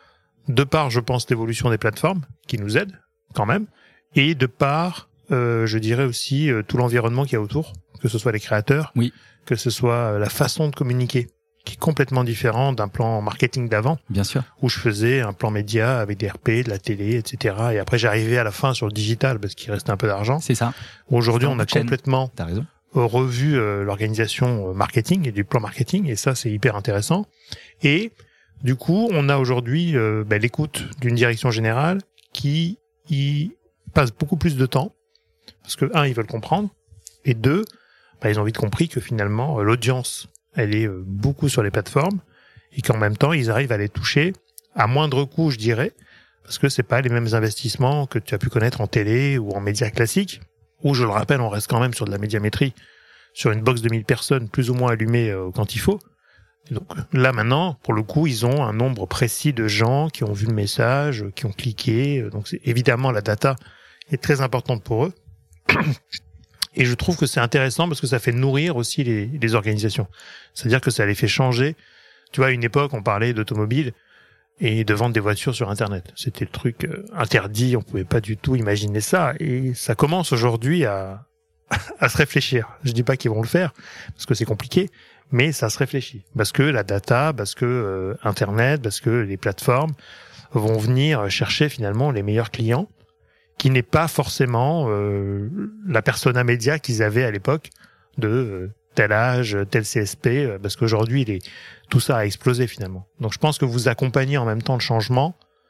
De par, je pense, l'évolution des plateformes qui nous aident quand même, et de par Euh, je dirais aussi euh, tout l'environnement qu'il y a autour, que ce soit les créateurs, oui. que ce soit euh, la façon de communiquer, qui est complètement différent d'un plan marketing d'avant, bien sûr, où je faisais un plan média avec des R P, de la télé, et cetera. Et après j'arrivais à la fin sur le digital parce qu'il restait un peu d'argent. C'est ça. Aujourd'hui, on a chaîne. complètement T'as raison. revu euh, l'organisation marketing et du plan marketing, et ça c'est hyper intéressant. Et du coup, on a aujourd'hui euh, bah, l'écoute d'une direction générale qui y passe beaucoup plus de temps. Parce que, un, ils veulent comprendre, et deux, bah, ils ont vite compris que finalement, l'audience, elle est beaucoup sur les plateformes, et qu'en même temps, ils arrivent à les toucher à moindre coût, je dirais, parce que c'est pas les mêmes investissements que tu as pu connaître en télé ou en médias classiques, où, je le rappelle, on reste quand même sur de la médiamétrie, sur une box de mille personnes, plus ou moins allumées euh, quand il faut. Donc là maintenant, pour le coup, ils ont un nombre précis de gens qui ont vu le message, qui ont cliqué. Donc c'est, évidemment, la data est très importante pour eux. Et je trouve que c'est intéressant parce que ça fait nourrir aussi les, les organisations. C'est-à-dire que ça les fait changer. Tu vois, à une époque, on parlait d'automobile et de vendre des voitures sur Internet. C'était le truc interdit, on pouvait pas du tout imaginer ça. Et ça commence aujourd'hui à, à se réfléchir. Je dis pas qu'ils vont le faire parce que c'est compliqué, mais ça se réfléchit. Parce que la data, parce que euh, Internet, parce que les plateformes vont venir chercher finalement les meilleurs clients, qui n'est pas forcément euh, la persona média qu'ils avaient à l'époque de euh, tel âge, tel C S P, euh, parce qu'aujourd'hui, les, tout ça a explosé finalement. Donc je pense que vous accompagnez en même temps le changement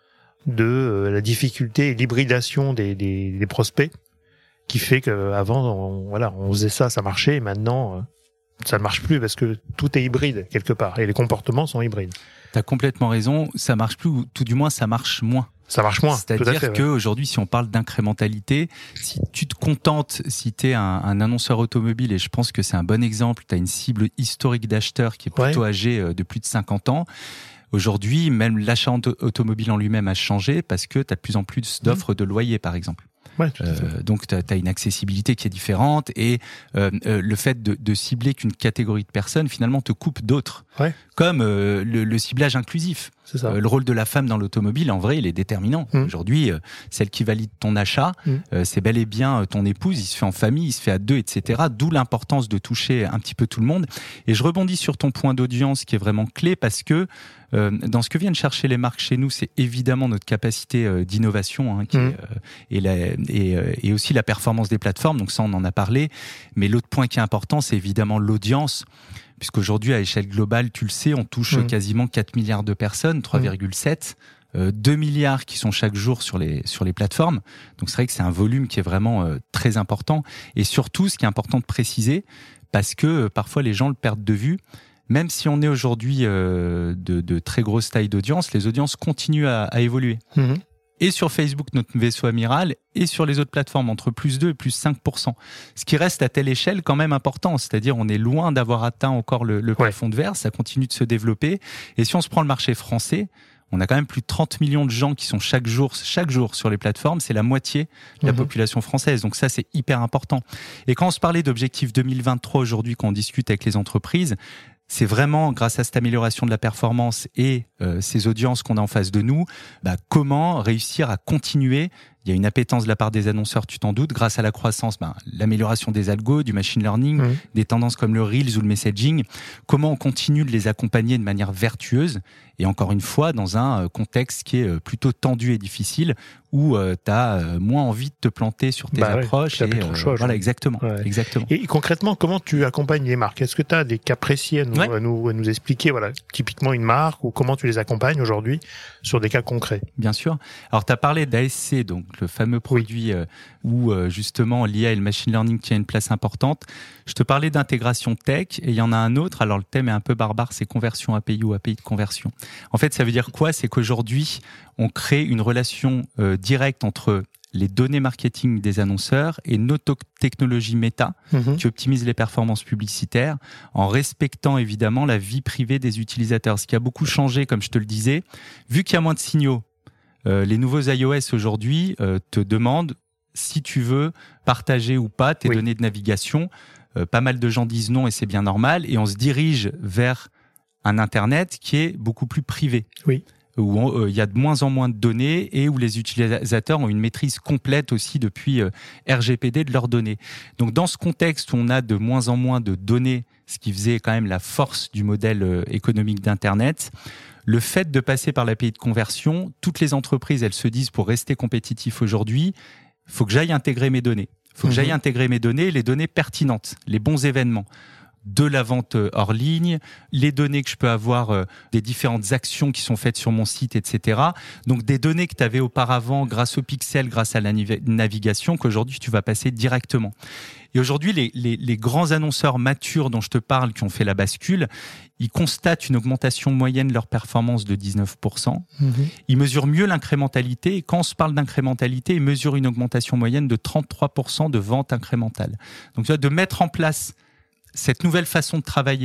de euh, la difficulté et l'hybridation des, des, des prospects, qui fait qu'avant, on, voilà, on faisait ça, ça marchait, et maintenant, euh, ça ne marche plus parce que tout est hybride quelque part, et les comportements sont hybrides. T'as complètement raison, ça marche plus, ou tout du moins ça marche moins. Ça marche moins. C'est-à-dire qu'aujourd'hui, si on parle d'incrémentalité, si tu te contentes, si tu es un, un annonceur automobile, et je pense que c'est un bon exemple, tu as une cible historique d'acheteurs qui est plutôt ouais. âgée de plus de cinquante ans. Aujourd'hui, même l'achat automobile en lui-même a changé parce que tu as de plus en plus d'offres mmh. de loyer, par exemple. Ouais, tout à fait. Euh, donc, tu as une accessibilité qui est différente et euh, euh, le fait de, de cibler qu'une catégorie de personnes, finalement, te coupe d'autres. Ouais. Comme euh, le, le ciblage inclusif. C'est ça. Euh, le rôle de la femme dans l'automobile, en vrai, il est déterminant. Mmh. Aujourd'hui, euh, celle qui valide ton achat, mmh. euh, c'est bel et bien ton épouse, il se fait en famille, il se fait à deux, et cetera. D'où l'importance de toucher un petit peu tout le monde. Et je rebondis sur ton point d'audience qui est vraiment clé parce que euh, dans ce que viennent chercher les marques chez nous, c'est évidemment notre capacité euh, d'innovation hein, qui mmh. est, euh, et, la, et, euh, et aussi la performance des plateformes. Donc ça, on en a parlé. Mais l'autre point qui est important, c'est évidemment l'audience. Puisqu'aujourd'hui, à échelle globale, tu le sais, on touche mmh. quasiment quatre milliards de personnes, trois virgule sept, mmh. euh, deux milliards qui sont chaque jour sur les, sur les plateformes. Donc c'est vrai que c'est un volume qui est vraiment euh, très important. Et surtout, ce qui est important de préciser, parce que euh, parfois les gens le perdent de vue, même si on est aujourd'hui euh, de, de très grosse taille d'audience, les audiences continuent à, à évoluer. Mmh. Et sur Facebook, notre vaisseau amiral, et sur les autres plateformes, entre plus deux et plus cinq pour cent. Ce qui reste à telle échelle quand même important, c'est-à-dire on est loin d'avoir atteint encore le, le plafond ouais. de verre, ça continue de se développer. Et si on se prend le marché français, on a quand même plus de trente millions de gens qui sont chaque jour, chaque jour sur les plateformes, c'est la moitié de la mmh. population française. Donc ça, c'est hyper important. Et quand on se parlait d'objectifs deux mille vingt-trois aujourd'hui, quand on discute avec les entreprises, c'est vraiment grâce à cette amélioration de la performance et euh, ces audiences qu'on a en face de nous, bah, comment réussir à continuer. Il y a une appétence de la part des annonceurs, tu t'en doutes, grâce à la croissance, bah, l'amélioration des algos, du machine learning, mmh. des tendances comme le Reels ou le messaging. Comment on continue de les accompagner de manière vertueuse et encore une fois dans un contexte qui est plutôt tendu et difficile où euh, tu as euh, moins envie de te planter sur tes bah approches. Ouais, et, euh, chose, voilà, ouais. exactement, ouais. exactement. Et, et concrètement, comment tu accompagnes les marques ? Est-ce que tu as des cas précis à nous, ouais. à nous, à nous expliquer, voilà, typiquement une marque ou comment tu les accompagnes aujourd'hui sur des cas concrets ? Bien sûr. Alors, tu as parlé d'A S C, donc le fameux produit oui. euh, où euh, justement l'I A et le machine learning tient une place importante. Je te parlais d'intégration tech et il y en a un autre. Alors, le thème est un peu barbare, c'est conversion A P I ou A P I de conversion. En fait, ça veut dire quoi ? C'est qu'aujourd'hui, on crée une relation euh, directe entre les données marketing des annonceurs et nos to- technologies méta mmh. qui optimisent les performances publicitaires en respectant évidemment la vie privée des utilisateurs. Ce qui a beaucoup changé, comme je te le disais, vu qu'il y a moins de signaux, euh, les nouveaux iOS aujourd'hui euh, te demandent si tu veux partager ou pas tes oui. données de navigation. Euh, pas mal de gens disent non et c'est bien normal et on se dirige vers un Internet qui est beaucoup plus privé. Oui. Où il euh, y a de moins en moins de données et où les utilisateurs ont une maîtrise complète aussi depuis euh, R G P D de leurs données. Donc dans ce contexte où on a de moins en moins de données, ce qui faisait quand même la force du modèle euh, économique d'Internet, le fait de passer par l'A P I de conversion, toutes les entreprises, elles se disent pour rester compétitifs aujourd'hui, il faut que j'aille intégrer mes données. Il faut que mmh. j'aille intégrer mes données, les données pertinentes, les bons événements. De la vente hors ligne, les données que je peux avoir euh, des différentes actions qui sont faites sur mon site, et cetera. Donc des données que tu avais auparavant grâce au pixel, grâce à la niv- navigation, qu'aujourd'hui tu vas passer directement. Et aujourd'hui, les, les, les grands annonceurs matures dont je te parle, qui ont fait la bascule, ils constatent une augmentation moyenne de leur performance de dix-neuf pour cent. Mmh. Ils mesurent mieux l'incrémentalité. Et quand on se parle d'incrémentalité, ils mesurent une augmentation moyenne de trente-trois pour cent de vente incrémentale. Donc tu vois, de mettre en place cette nouvelle façon de travailler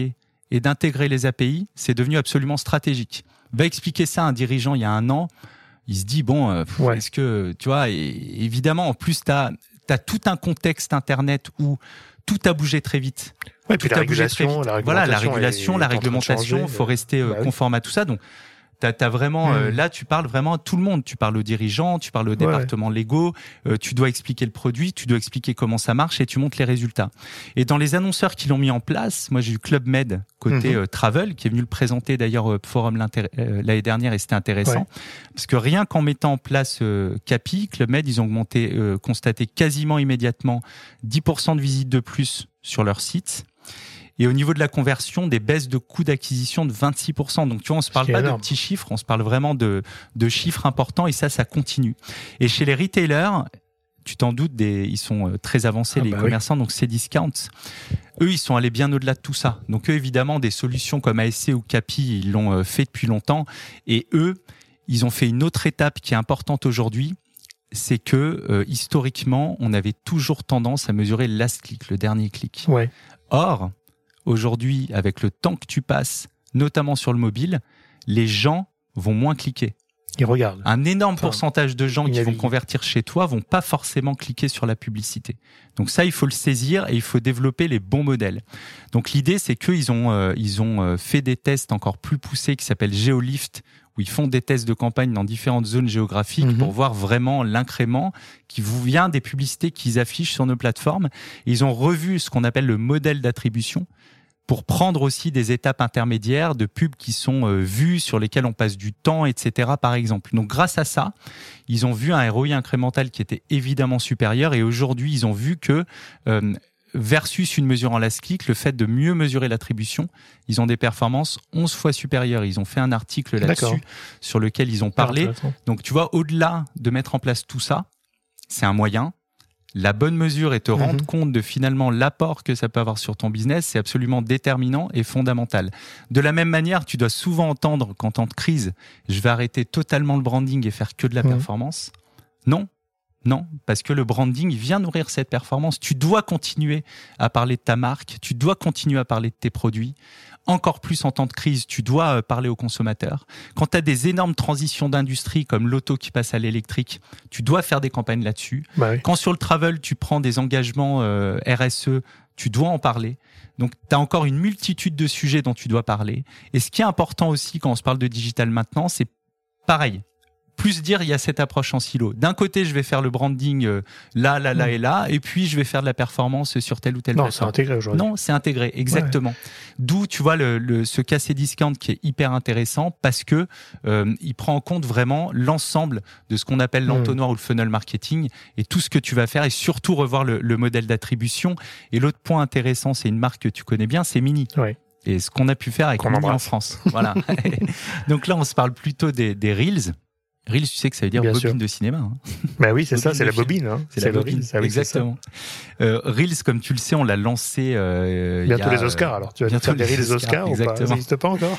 et d'intégrer les A P I, c'est devenu absolument stratégique. Va expliquer ça à un dirigeant il y a un an, il se dit, bon, euh, ouais. est-ce que, tu vois, et, évidemment, en plus, tu as tout un contexte Internet où tout a bougé très vite. Ouais, puis la régulation, la réglementation, voilà, la régulation, est, la est réglementation, il faut rester bah, conforme oui. à tout ça. Donc, T'as, t'as vraiment, mmh. euh, là, tu parles vraiment à tout le monde. Tu parles aux dirigeants, tu parles aux départements ouais. légaux, euh, tu dois expliquer le produit, tu dois expliquer comment ça marche et tu montres les résultats. Et dans les annonceurs qui l'ont mis en place, moi, j'ai eu Club Med côté mmh. euh, Travel, qui est venu le présenter d'ailleurs au Forum euh, l'année dernière et c'était intéressant. Ouais. Parce que rien qu'en mettant en place euh, Capi, Club Med, ils ont augmenté, euh, constaté quasiment immédiatement dix pour cent de visites de plus sur leur site. Et au niveau de la conversion, des baisses de coûts d'acquisition de vingt-six pour cent. Donc, tu vois, on se parle pas énorme. de petits chiffres, on se parle vraiment de, de chiffres importants et ça, ça continue. Et chez les retailers, tu t'en doutes, des, ils sont très avancés, ah les bah commerçants, oui. donc Cdiscount. Eux, ils sont allés bien au-delà de tout ça. Donc, eux, évidemment, des solutions comme A S C ou Capi, ils l'ont fait depuis longtemps. Et eux, ils ont fait une autre étape qui est importante aujourd'hui. C'est que, euh, historiquement, on avait toujours tendance à mesurer le last click, le dernier clic. Ouais. Or, aujourd'hui, avec le temps que tu passes, notamment sur le mobile, les gens vont moins cliquer. Ils regardent. Un énorme enfin, pourcentage de gens qui vont convertir chez toi vont pas forcément cliquer sur la publicité. Donc ça, il faut le saisir et il faut développer les bons modèles. Donc l'idée, c'est qu'ils ont, euh, ils ont fait des tests encore plus poussés qui s'appellent GeoLift, où ils font des tests de campagne dans différentes zones géographiques mmh. pour voir vraiment l'incrément qui vous vient des publicités qu'ils affichent sur nos plateformes. Et ils ont revu ce qu'on appelle le modèle d'attribution pour prendre aussi des étapes intermédiaires de pubs qui sont euh, vues, sur lesquelles on passe du temps, et cetera, par exemple. Donc, grâce à ça, ils ont vu un R O I incrémental qui était évidemment supérieur et aujourd'hui, ils ont vu que euh, versus une mesure en last click, le fait de mieux mesurer l'attribution, ils ont des performances onze fois supérieures. Ils ont fait un article là-dessus D'accord. sur lequel ils ont parlé. Donc, tu vois, au-delà de mettre en place tout ça, c'est un moyen. La bonne mesure et te rendre mmh. compte de finalement l'apport que ça peut avoir sur ton business, c'est absolument déterminant et fondamental. De la même manière, tu dois souvent entendre qu'en temps de crise, je vais arrêter totalement le branding et faire que de la mmh. performance. Non, non, parce que le branding vient nourrir cette performance. Tu dois continuer à parler de ta marque, tu dois continuer à parler de tes produits. Encore plus en temps de crise, tu dois parler aux consommateurs. Quand tu as des énormes transitions d'industrie comme l'auto qui passe à l'électrique, tu dois faire des campagnes là-dessus. Bah oui. Quand sur le travel, tu prends des engagements euh, R S E, tu dois en parler. Donc, tu as encore une multitude de sujets dont tu dois parler. Et ce qui est important aussi quand on se parle de digital maintenant, c'est pareil. Plus dire, il y a cette approche en silo. D'un côté, je vais faire le branding euh, là, là, là mmh. et là, et puis je vais faire de la performance sur telle ou telle non, plateforme. Non, c'est intégré aujourd'hui. Non, c'est intégré, exactement. Ouais. D'où, tu vois, le, le, ce cas Cdiscount qui est hyper intéressant parce que euh, il prend en compte vraiment l'ensemble de ce qu'on appelle l'entonnoir mmh. ou le funnel marketing et tout ce que tu vas faire et surtout revoir le, le modèle d'attribution. Et l'autre point intéressant, c'est une marque que tu connais bien, c'est Mini. Ouais. Et ce qu'on a pu faire avec qu'on Mini embrasse. En France. Voilà. Donc là, on se parle plutôt des, des Reels. Reels, tu sais que ça veut dire Bien bobine sûr. de cinéma. Hein. Bah oui, c'est ça, c'est la bobine. Hein. C'est, c'est la bobine, ça, oui, exactement. Euh, Reels, comme tu le sais, on l'a lancé. Euh, bientôt il y a, les Oscars, alors. Tu vas faire des Reels Oscars, Oscars ou pas ? Ça n'existe pas encore.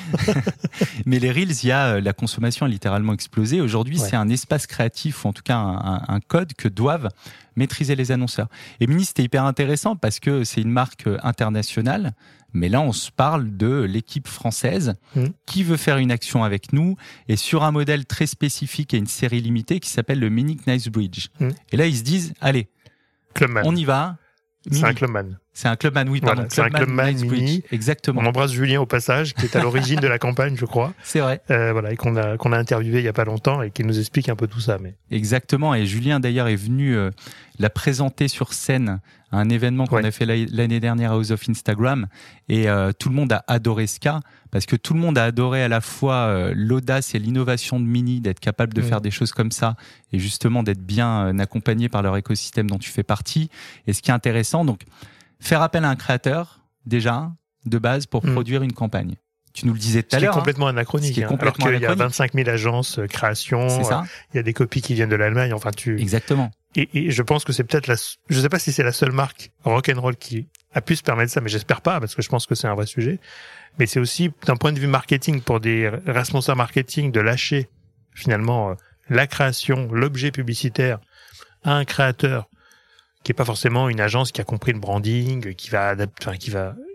Mais les Reels, il y a la consommation a littéralement explosé. Aujourd'hui, ouais. c'est un espace créatif, ou en tout cas un, un, un code que doivent maîtriser les annonceurs. Et Mini, c'était hyper intéressant parce que c'est une marque internationale. Mais là, on se parle de l'équipe française mmh. qui veut faire une action avec nous et sur un modèle très spécifique et une série limitée qui s'appelle le Mini Knightsbridge. Mmh. Et là, ils se disent, allez, Clubman. on y va. Mini. C'est un Clubman. C'est un Clubman, oui, pardon. Voilà, c'est Clubman, un Clubman Mini. Exactement. On embrasse Julien au passage, qui est à l'origine de la campagne, je crois. C'est vrai. Euh, voilà, et qu'on a, qu'on a interviewé il y a pas longtemps et qui nous explique un peu tout ça. Mais... Exactement. Et Julien, d'ailleurs, est venu euh, la présenter sur scène à un événement qu'on ouais. a fait l'année dernière à House of Instagram. Et euh, tout le monde a adoré ce cas parce que tout le monde a adoré à la fois euh, l'audace et l'innovation de Mini, d'être capable de mmh. faire des choses comme ça et justement d'être bien euh, accompagné par leur écosystème dont tu fais partie. Et ce qui est intéressant, donc, faire appel à un créateur, déjà, de base, pour mmh. produire une campagne. Tu nous le disais tout à l'heure. C'est complètement hein. anachronique. Hein. Complètement alors qu'il y a vingt-cinq mille agences euh, création. C'est ça. Il euh, y a des copies qui viennent de l'Allemagne. Enfin, tu. Exactement. Et, et je pense que c'est peut-être la. Je sais pas si c'est la seule marque rock'n'roll qui a pu se permettre ça, mais j'espère pas parce que je pense que c'est un vrai sujet. Mais c'est aussi d'un point de vue marketing pour des responsables marketing de lâcher finalement euh, la création, l'objet publicitaire à un créateur qui est pas forcément une agence qui a compris le branding, qui va adapter, enfin, qui va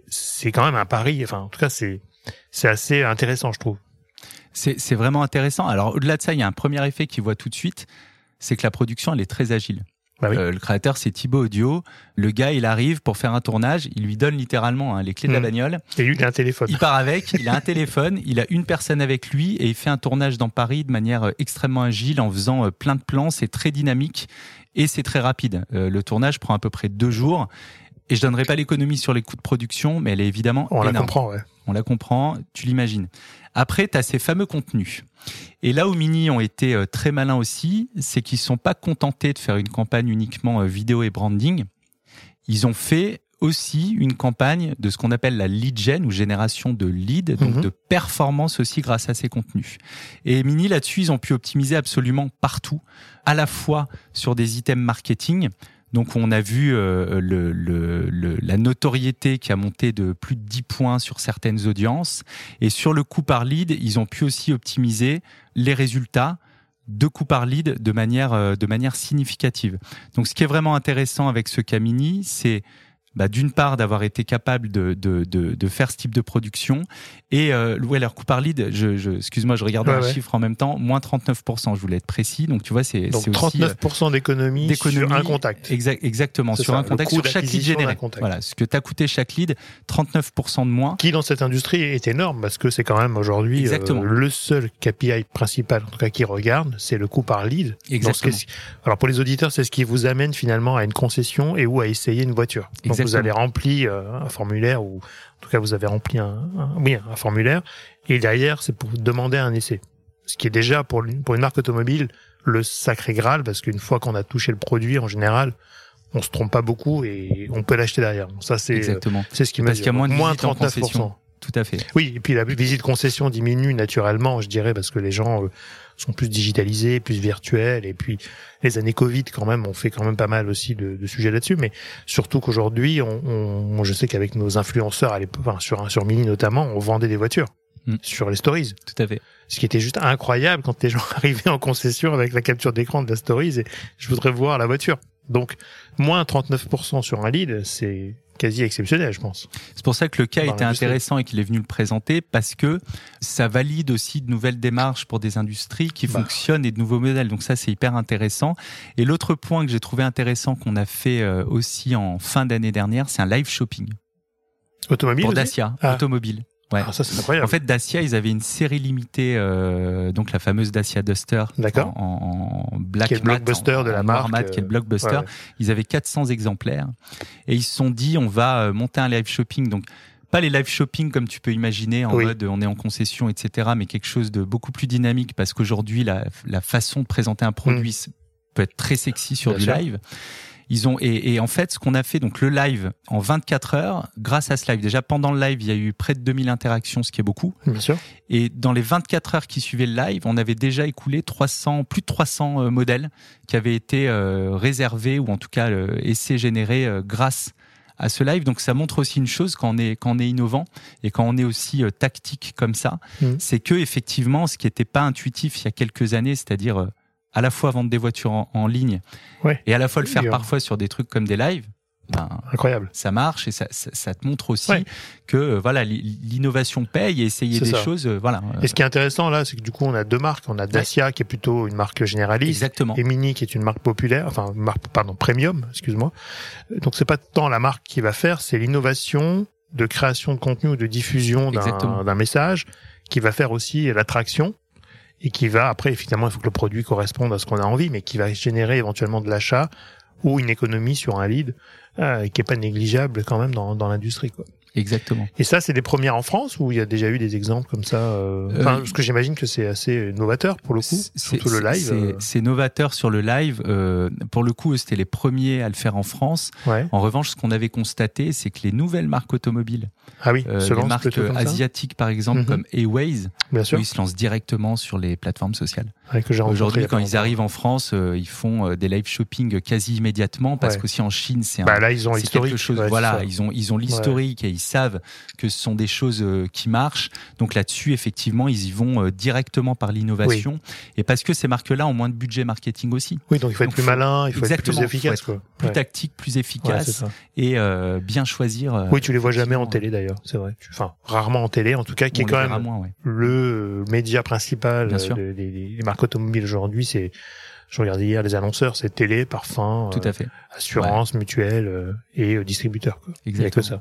c'est quand même un pari. Enfin, en tout cas, c'est c'est assez intéressant, je trouve. C'est, c'est vraiment intéressant. Alors, au-delà de ça, il y a un premier effet qu'il voit tout de suite, c'est que la production, elle est très agile. Bah oui. euh, le créateur, c'est Thibaut Audio. Le gars, il arrive pour faire un tournage, il lui donne littéralement hein, les clés de la bagnole. Et lui, il a un téléphone. Il part avec, il a un téléphone, il a une personne avec lui et il fait un tournage dans Paris de manière extrêmement agile en faisant plein de plans. C'est très dynamique et c'est très rapide. Euh, le tournage prend à peu près deux jours. Et je donnerai pas l'économie sur les coûts de production, mais elle est évidemment On énorme. la comprend, ouais. On la comprend, tu l'imagines. Après, tu as ces fameux contenus. Et là où Mini ont été très malins aussi, c'est qu'ils ne sont pas contentés de faire une campagne uniquement vidéo et branding. Ils ont fait aussi une campagne de ce qu'on appelle la lead gen ou génération de lead, donc mm-hmm. de performance aussi grâce à ces contenus. Et Mini, là-dessus, ils ont pu optimiser absolument partout, à la fois sur des items marketing. Donc on a vu euh, le, le, le, la notoriété qui a monté de plus de dix points sur certaines audiences. Et sur le coût par lead, ils ont pu aussi optimiser les résultats de coût par lead de manière, euh, de manière significative. Donc ce qui est vraiment intéressant avec ce cas Mini, c'est bah, d'une part d'avoir été capable de, de, de, de faire ce type de production et euh, ouais, leur coût par lead, je, je, excuse-moi, je regarde ouais, un ouais. chiffre en même temps, moins trente-neuf pour cent, je voulais être précis, donc tu vois, c'est, donc c'est trente-neuf pour cent aussi, d'économie, d'économie sur un contact. Exa- exactement, c'est sur ça, un contact, sur chaque lead généré. Voilà, ce que t'as coûté chaque lead, trente-neuf pour cent de moins. Qui dans cette industrie est énorme parce que c'est quand même aujourd'hui euh, le seul K P I principal, en tout cas qui regarde, c'est le coût par lead. Exactement. Donc, alors pour les auditeurs, c'est ce qui vous amène finalement à une concession et ou à essayer une voiture. Donc Exactement. Vous avez rempli un formulaire ou en tout cas vous avez rempli un, un oui un formulaire et derrière c'est pour demander un essai, ce qui est déjà pour une, pour une marque automobile le sacré graal parce qu'une fois qu'on a touché le produit en général on se trompe pas beaucoup et on peut l'acheter derrière. Donc ça c'est Exactement. c'est ce qui parce mesure. qu'il y a moins de moins visites en trente-neuf pour cent. concession. Tout à fait. Oui, et puis la visite concession diminue naturellement, je dirais, parce que les gens euh, sont plus digitalisés, plus virtuels, et puis les années Covid quand même, on fait quand même pas mal aussi de, de sujets là-dessus, mais surtout qu'aujourd'hui, on, on, je sais qu'avec nos influenceurs, à l'époque, enfin, sur sur Mini notamment, on vendait des voitures mm. sur les stories. Tout à fait. Ce qui était juste incroyable quand les gens arrivaient en concession avec la capture d'écran de la stories et je voudrais voir la voiture. Donc moins trente-neuf pour cent sur un lead, c'est quasi exceptionnel, je pense. C'est pour ça que le cas était intéressant et qu'il est venu le présenter parce que ça valide aussi de nouvelles démarches pour des industries qui bah. fonctionnent et de nouveaux modèles. Donc ça, c'est hyper intéressant. Et l'autre point que j'ai trouvé intéressant qu'on a fait aussi en fin d'année dernière, c'est un live shopping. Automobile pour aussi Dacia, ah. automobile. Ouais. Ah, ça c'est incroyable. En fait, Dacia, ils avaient une série limitée, euh, donc la fameuse Dacia Duster, D'accord. en, en black qui est le mat, blockbuster en, de la en marque, mat, qui est le blockbuster. Ouais, ouais. Ils avaient quatre cents exemplaires et ils se sont dit, on va monter un live shopping. Donc pas les live shopping comme tu peux imaginer en oui. mode on est en concession, et cetera, mais quelque chose de beaucoup plus dynamique parce qu'aujourd'hui la, la façon de présenter un produit mmh. peut être très sexy sur Bien du sûr. live. Ils ont et, et en fait ce qu'on a fait donc le live en vingt-quatre heures grâce à ce live. Déjà pendant le live il y a eu près de deux mille interactions, ce qui est beaucoup. Bien sûr. Et dans les vingt-quatre heures qui suivaient le live, on avait déjà écoulé trois cents plus de trois cents euh, modèles qui avaient été euh, réservés ou en tout cas euh, essais générés euh, grâce à ce live. Donc ça montre aussi une chose quand on est quand on est innovant et quand on est aussi euh, tactique comme ça, mmh. c'est que effectivement ce qui était pas intuitif il y a quelques années, c'est-à-dire euh, à la fois vendre des voitures en, en ligne ouais. et à la fois le faire oui, parfois sur des trucs comme des lives, ben, incroyable. Ça marche et ça, ça, ça te montre aussi ouais. que euh, voilà l'innovation paye et essayer c'est des ça. choses. Euh, voilà. Et ce qui est intéressant là, c'est que du coup on a deux marques, on a Dacia ouais. qui est plutôt une marque généraliste, Exactement. et Mini qui est une marque populaire, enfin une marque pardon premium, excuse-moi. Donc c'est pas tant la marque qui va faire, c'est l'innovation de création de contenu ou de diffusion d'un, d'un message qui va faire aussi l'attraction. Et qui va, après, finalement, il faut que le produit corresponde à ce qu'on a envie, mais qui va générer éventuellement de l'achat ou une économie sur un lead euh, qui est pas négligeable quand même dans, dans l'industrie, quoi. Exactement. Et ça, c'est des premières en France ou il y a déjà eu des exemples comme ça euh... Enfin, euh, parce que j'imagine que c'est assez novateur pour le coup, surtout le live. C'est, euh... c'est novateur sur le live. Euh, pour le coup, c'était les premiers à le faire en France. Ouais. En revanche, ce qu'on avait constaté, c'est que les nouvelles marques automobiles, ah oui, euh, les marques asiatiques par exemple, mm-hmm. comme Airways, Bien sûr. ils se lancent directement sur les plateformes sociales. Ouais, que j'ai Aujourd'hui, quand ils arrivent en France, euh, ils font des live shopping quasi immédiatement parce ouais. qu'aussi en Chine, c'est, un, bah là, ils ont c'est quelque chose. ouais, voilà, ils ont ils ont l'historique ouais. et ils savent que ce sont des choses euh, qui marchent. Donc là-dessus, effectivement, ils y vont euh, directement par l'innovation oui. et parce que ces marques-là ont moins de budget marketing aussi. Oui, donc il faut être donc, plus faut, malin, il faut être plus efficace. Faut être quoi. Plus ouais. tactique, plus efficace ouais, et euh, bien choisir. Euh, oui, tu les vois jamais en télé d'ailleurs, c'est vrai. Enfin, rarement en télé, en tout cas, qui est quand même moins, ouais. le média principal des, des, des marques automobiles aujourd'hui. C'est, je regardais hier les annonceurs, c'est télé, parfum, tout à fait. Euh, assurance, ouais. mutuelle euh, et euh, distributeur. Quoi. Exactement. Il y a que ça.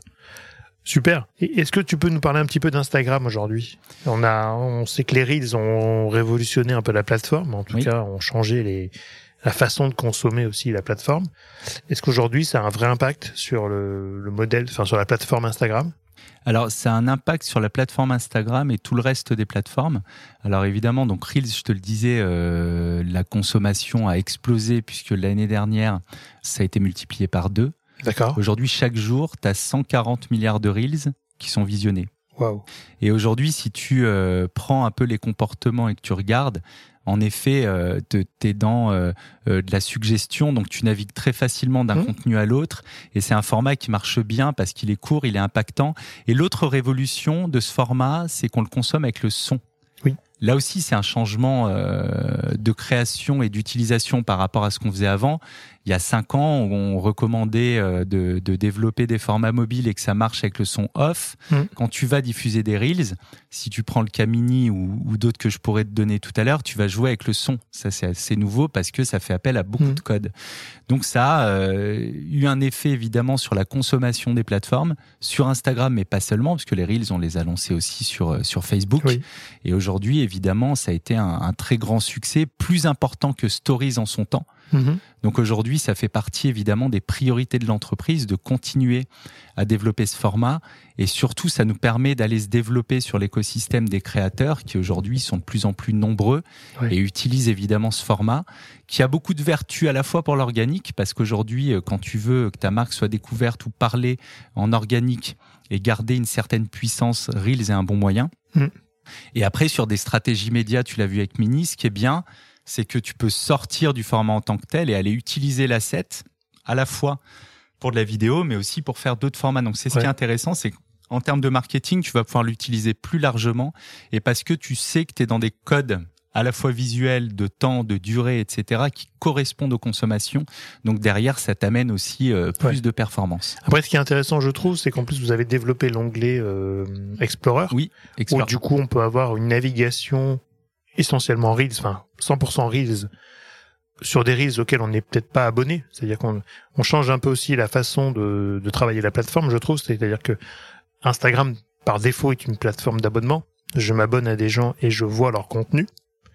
Super. Et est-ce que tu peux nous parler un petit peu d'Instagram aujourd'hui ? On a, on sait que les Reels ont révolutionné un peu la plateforme, en tout oui. cas, ont changé les, la façon de consommer aussi la plateforme. Est-ce qu'aujourd'hui, ça a un vrai impact sur le, le modèle, enfin sur la plateforme Instagram ? Alors, ça a un impact sur la plateforme Instagram et tout le reste des plateformes. Alors évidemment, donc Reels, je te le disais, euh, la consommation a explosé puisque l'année dernière, ça a été multiplié par deux. D'accord. Aujourd'hui, chaque jour, tu as cent quarante milliards de Reels qui sont visionnés. Waouh. Et aujourd'hui, si tu euh, prends un peu les comportements et que tu regardes, en effet, euh, tu es dans euh, euh, de la suggestion, donc tu navigues très facilement d'un mmh. contenu à l'autre, et c'est un format qui marche bien parce qu'il est court, il est impactant. Et l'autre révolution de ce format, c'est qu'on le consomme avec le son. Oui. Là aussi, c'est un changement euh, de création et d'utilisation par rapport à ce qu'on faisait avant. Il y a cinq ans, on recommandait euh, de, de développer des formats mobiles et que ça marche avec le son off. Mmh. Quand tu vas diffuser des Reels, si tu prends le Camini ou, ou d'autres que je pourrais te donner tout à l'heure, tu vas jouer avec le son. Ça, c'est assez nouveau parce que ça fait appel à beaucoup mmh. de codes. Donc ça a euh, eu un effet évidemment sur la consommation des plateformes, sur Instagram, mais pas seulement, parce que les Reels, on les a lancés aussi sur, sur Facebook. Oui. Et aujourd'hui, évidemment, ça a été un, un très grand succès, plus important que Stories en son temps. Mmh. Donc aujourd'hui, ça fait partie évidemment des priorités de l'entreprise de continuer à développer ce format et surtout, ça nous permet d'aller se développer sur l'écosystème des créateurs qui aujourd'hui sont de plus en plus nombreux oui. et utilisent évidemment ce format qui a beaucoup de vertus à la fois pour l'organique parce qu'aujourd'hui, quand tu veux que ta marque soit découverte ou parler en organique et garder une certaine puissance, Reels est un bon moyen. Mmh. Et après, sur des stratégies médias, tu l'as vu avec Mini, ce qui est bien, c'est que tu peux sortir du format en tant que tel et aller utiliser l'asset à la fois pour de la vidéo, mais aussi pour faire d'autres formats. Donc, c'est ce ouais. qui est intéressant, c'est qu'en termes de marketing, tu vas pouvoir l'utiliser plus largement et parce que tu sais que tu es dans des codes à la fois visuels, de temps, de durée, et cetera, qui correspondent aux consommations. Donc, derrière, ça t'amène aussi euh, plus ouais. de performance. Après, ce qui est intéressant, je trouve, c'est qu'en plus, vous avez développé l'onglet euh, Explorer. Oui, Explorer. Où, du coup, on peut avoir une navigation essentiellement Reels, enfin cent pour cent Reels, sur des Reels auxquels on n'est peut-être pas abonné. C'est-à-dire qu'on on change un peu aussi la façon de, de travailler la plateforme, je trouve. C'est-à-dire que Instagram, par défaut, est une plateforme d'abonnement. Je m'abonne à des gens et je vois leur contenu.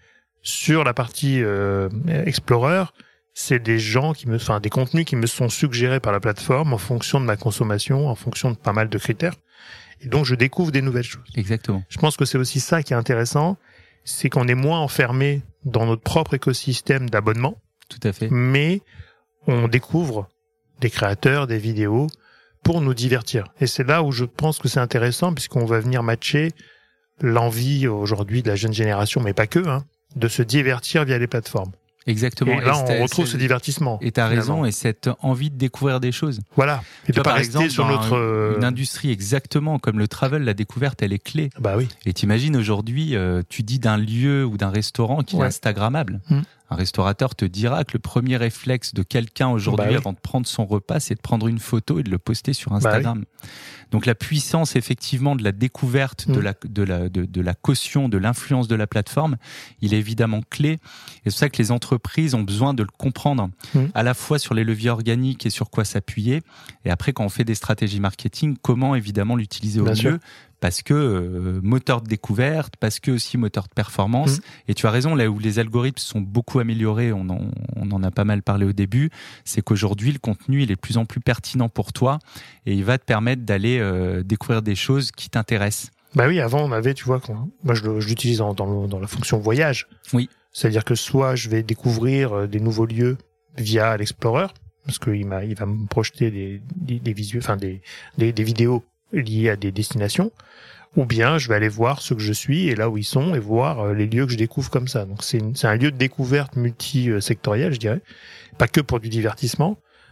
Sur la partie euh, Explorer, c'est des gens qui me, enfin des contenus qui me sont suggérés par la plateforme en fonction de ma consommation, en fonction de pas mal de critères. Et donc, je découvre des nouvelles choses. Exactement. Je pense que c'est aussi ça qui est intéressant. C'est qu'on est moins enfermé dans notre propre écosystème d'abonnement. Tout à fait. Mais on découvre des créateurs, des vidéos pour nous divertir. Et c'est là où je pense que c'est intéressant puisqu'on va venir matcher l'envie aujourd'hui de la jeune génération, mais pas que, hein, de se divertir via les plateformes. Exactement. Et là, et on retrouve ce divertissement. Et t'as raison, et cette envie de découvrir des choses. Voilà. Et tu de vois, pas rester exemple, sur notre... Une, une industrie, exactement, comme le travel, la découverte, elle est clé. Bah oui. Et t'imagines aujourd'hui, euh, tu dis d'un lieu ou d'un restaurant qui ouais. est instagrammable. Mmh. Un restaurateur te dira que le premier réflexe de quelqu'un aujourd'hui bah oui. avant de prendre son repas, c'est de prendre une photo et de le poster sur Instagram. Bah oui. Donc la puissance effectivement de la découverte, mmh. de, la, de, la, de, de la caution, de l'influence de la plateforme, il est évidemment clé. Et c'est pour ça que les entreprises ont besoin de le comprendre, mmh. à la fois sur les leviers organiques et sur quoi s'appuyer. Et après, quand on fait des stratégies marketing, comment évidemment l'utiliser au Bien mieux sûr. Parce que euh, moteur de découverte, parce que aussi moteur de performance. Mmh. Et tu as raison, là où les algorithmes sont beaucoup améliorés, on en, on en a pas mal parlé au début, c'est qu'aujourd'hui, le contenu, il est de plus en plus pertinent pour toi et il va te permettre d'aller euh, découvrir des choses qui t'intéressent. Bah oui, avant, on avait, tu vois, quand, moi je, je l'utilise dans, dans, dans la fonction voyage. Oui. C'est-à-dire que soit je vais découvrir des nouveaux lieux via l'Explorer, parce qu'il m'a, il va me projeter des, des, des visuels, enfin des, des, des vidéos liées à des destinations, ou bien je vais aller voir ce que je suis et là où ils sont et voir les lieux que je découvre comme ça. Donc c'est, une, c'est un lieu de découverte multi-sectoriel, je dirais, pas que pour du divertissement,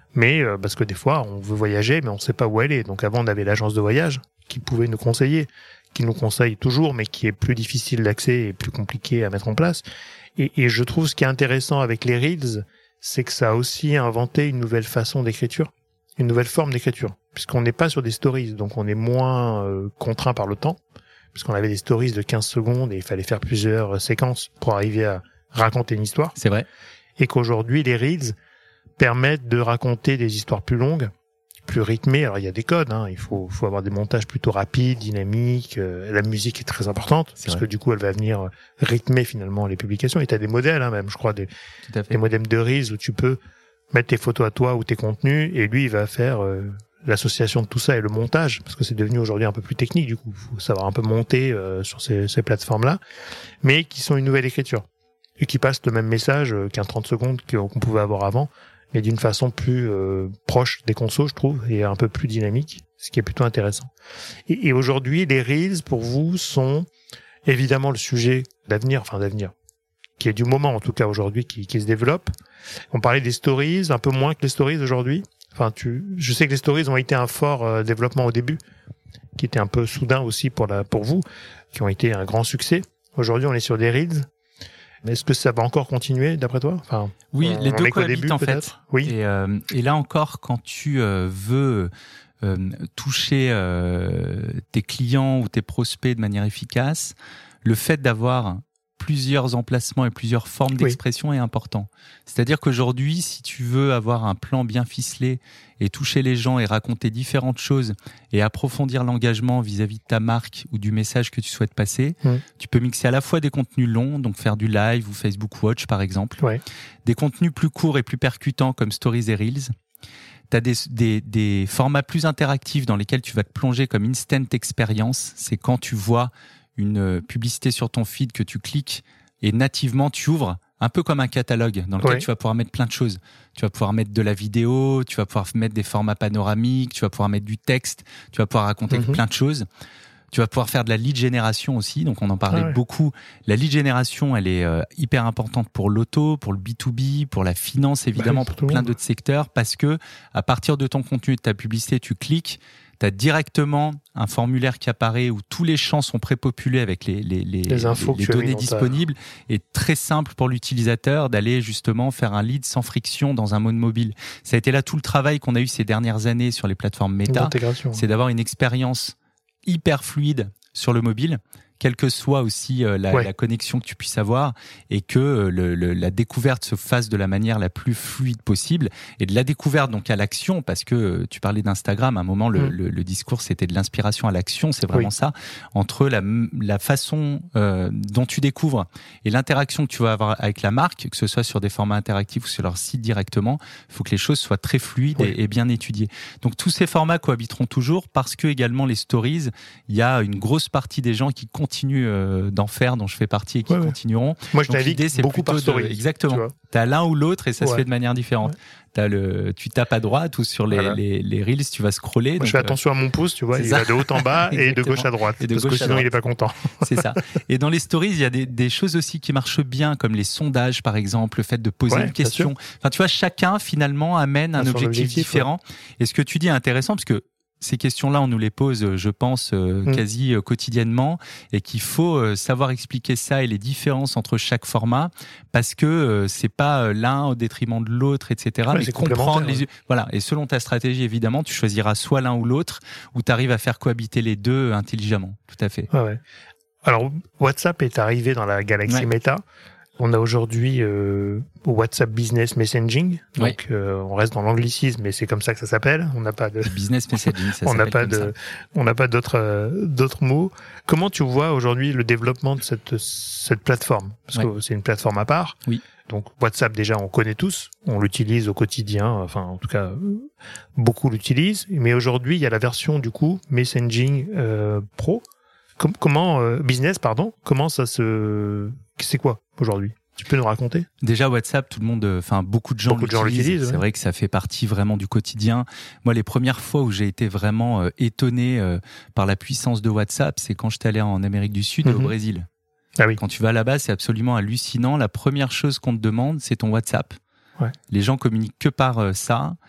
Mais euh, parce que des fois, on veut voyager, mais on ne sait pas où aller. Donc avant, on avait l'agence de voyage qui pouvait nous conseiller, qui nous conseille toujours, mais qui est plus difficile d'accès et plus compliqué à mettre en place. Et, et je trouve ce qui est intéressant avec les Reels, c'est que ça a aussi inventé une nouvelle façon d'écriture, une nouvelle forme d'écriture, puisqu'on n'est pas sur des stories, donc on est moins euh, contraint par le temps, puisqu'on avait des stories de quinze secondes et il fallait faire plusieurs séquences pour arriver à raconter une histoire. C'est vrai. Et qu'aujourd'hui, les Reels permettent de raconter des histoires plus longues, plus rythmées. Alors, il y a des codes, hein. Il faut, faut avoir des montages plutôt rapides, dynamiques. Euh, la musique est très importante, C'est parce vrai. que du coup, elle va venir rythmer finalement les publications. Et tu as des modèles, hein, même, je crois, des, Tout à fait. des modèles de Reels où tu peux mettre tes photos à toi ou tes contenus, et lui, il va faire euh, l'association de tout ça et le montage, parce que c'est devenu aujourd'hui un peu plus technique, du coup. Il faut savoir un peu monter euh, sur ces, ces plateformes-là, mais qui sont une nouvelle écriture. Et qui passent le même message euh, qu'un trente secondes qu'on pouvait avoir avant, mais d'une façon plus euh, proche des consos, je trouve, et un peu plus dynamique, ce qui est plutôt intéressant. Et, et aujourd'hui, les Reels, pour vous, sont évidemment le sujet d'avenir, enfin d'avenir, qui est du moment, en tout cas aujourd'hui, qui, qui se développe. On parlait des stories, un peu moins que les stories aujourd'hui. Enfin, tu, je sais que les stories ont été un fort euh, développement au début, qui était un peu soudain aussi pour la, pour vous, qui ont été un grand succès. Aujourd'hui, on est sur des Reels. Mais est-ce que ça va encore continuer, d'après toi? Enfin, Oui, on, les on deux est qu'au cohabitent début, en peut-être. fait. Oui. Et, euh, et là encore, quand tu euh, veux euh, toucher euh, tes clients ou tes prospects de manière efficace, le fait d'avoir plusieurs emplacements et plusieurs formes d'expression oui. est important. C'est-à-dire qu'aujourd'hui, si tu veux avoir un plan bien ficelé et toucher les gens et raconter différentes choses et approfondir l'engagement vis-à-vis de ta marque ou du message que tu souhaites passer, mmh. tu peux mixer à la fois des contenus longs, donc faire du live ou Facebook Watch par exemple, ouais. des contenus plus courts et plus percutants comme Stories et Reels. Tu as des, des, des formats plus interactifs dans lesquels tu vas te plonger comme Instant Experience. C'est quand tu vois une publicité sur ton feed que tu cliques et nativement tu ouvres un peu comme un catalogue dans lequel ouais. tu vas pouvoir mettre plein de choses. Tu vas pouvoir mettre de la vidéo, tu vas pouvoir mettre des formats panoramiques, tu vas pouvoir mettre du texte, tu vas pouvoir raconter mm-hmm. plein de choses. Tu vas pouvoir faire de la lead génération aussi, donc on en parlait ah ouais. beaucoup. La lead génération, elle est euh, hyper importante pour l'auto, pour le B deux B, pour la finance évidemment, bah oui, pour, pour plein d'autres secteurs, parce que à partir de ton contenu, de ta publicité, tu cliques, tu as directement un formulaire qui apparaît où tous les champs sont prépopulés avec les, les, les, les, infos les, les données disponibles et très simple pour l'utilisateur d'aller justement faire un lead sans friction dans un mode mobile. Ça a été là tout le travail qu'on a eu ces dernières années sur les plateformes méta, c'est d'avoir une expérience hyper fluide sur le mobile, quelle que soit aussi euh, la, ouais. la connexion que tu puisses avoir, et que euh, le, le, la découverte se fasse de la manière la plus fluide possible, et de la découverte donc à l'action, parce que euh, tu parlais d'Instagram, à un moment le, mmh. le, le discours c'était de l'inspiration à l'action, c'est vraiment oui. ça, entre la, la façon euh, dont tu découvres et l'interaction que tu vas avoir avec la marque, que ce soit sur des formats interactifs ou sur leur site directement, il faut que les choses soient très fluides oui. et, et bien étudiées. Donc tous ces formats cohabiteront toujours, parce que également les stories, il y a une grosse partie des gens qui continuent d'en faire, dont je fais partie et qui ouais, continueront. Moi, je navigue beaucoup par story. De, exactement. Tu as l'un ou l'autre et ça ouais. se fait de manière différente. Ouais. T'as le, tu tapes à droite ou sur les, voilà. les, les reels, tu vas scroller. Moi, donc, je fais attention à mon pouce, tu vois, il va de haut en bas et de gauche à droite. Et de parce gauche que sinon, il est pas content. C'est ça. Et dans les stories, il y a des, des choses aussi qui marchent bien, comme les sondages, par exemple, le fait de poser ouais, une question. Enfin, tu vois, chacun, finalement, amène un objectif, objectif différent. Ouais. Et ce que tu dis est intéressant parce que ces questions-là, on nous les pose, je pense, euh, mmh. quasi euh, quotidiennement, et qu'il faut euh, savoir expliquer ça et les différences entre chaque format, parce que euh, c'est pas euh, l'un au détriment de l'autre, et cetera. Ouais, mais comprendre les, ouais. voilà. Et selon ta stratégie, évidemment, tu choisiras soit l'un ou l'autre, ou tu arrives à faire cohabiter les deux intelligemment. Tout à fait. Ouais, ouais. Alors, WhatsApp est arrivé dans la galaxie ouais. Meta. On a aujourd'hui euh, WhatsApp Business Messaging, donc oui. euh, on reste dans l'anglicisme, mais c'est comme ça que ça s'appelle. On n'a pas de Business Messaging, ça on n'a pas comme de, ça. on n'a pas d'autres euh, d'autres mots. Comment tu vois aujourd'hui le développement de cette cette plateforme? Parce ouais. que c'est une plateforme à part. Oui. Donc WhatsApp déjà on connaît tous, on l'utilise au quotidien, enfin en tout cas beaucoup l'utilisent. Mais aujourd'hui il y a la version du coup Messaging euh, Pro. Com- comment euh, business pardon, comment ça se c'est quoi aujourd'hui? Tu peux nous raconter? Déjà WhatsApp, tout le monde, enfin beaucoup de gens beaucoup l'utilisent. De gens l'utilisent c'est ouais. vrai que ça fait partie vraiment du quotidien. Moi, les premières fois où j'ai été vraiment euh, étonné euh, par la puissance de WhatsApp, c'est quand j'étais allé en Amérique du Sud mm-hmm. et au Brésil. Ah oui. Quand tu vas là-bas, c'est absolument hallucinant. La première chose qu'on te demande, c'est ton WhatsApp. Ouais. Les gens communiquent que par euh, ça.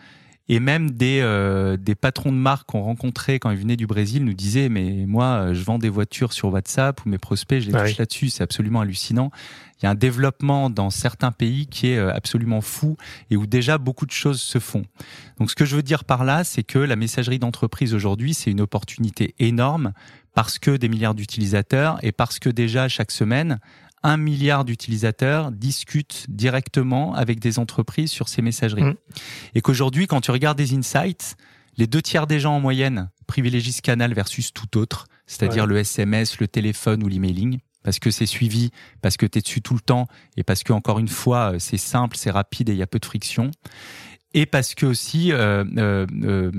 Et même des, euh, des patrons de marque qu'on rencontrait quand ils venaient du Brésil nous disaient « mais moi, je vends des voitures sur WhatsApp ou mes prospects, je les touche oui. là-dessus, c'est absolument hallucinant ». Il y a un développement dans certains pays qui est absolument fou et où déjà beaucoup de choses se font. Donc ce que je veux dire par là, c'est que la messagerie d'entreprise aujourd'hui, c'est une opportunité énorme parce que des milliards d'utilisateurs et parce que déjà chaque semaine, un milliard d'utilisateurs discutent directement avec des entreprises sur ces messageries. Mmh. Et qu'aujourd'hui, quand tu regardes des insights, les deux tiers des gens en moyenne privilégient ce canal versus tout autre, c'est-à-dire ouais. le S M S, le téléphone ou l'emailing. Parce que c'est suivi, parce que tu es dessus tout le temps et parce que, encore une fois, c'est simple, c'est rapide et il y a peu de friction. Et parce que aussi, euh, euh, euh,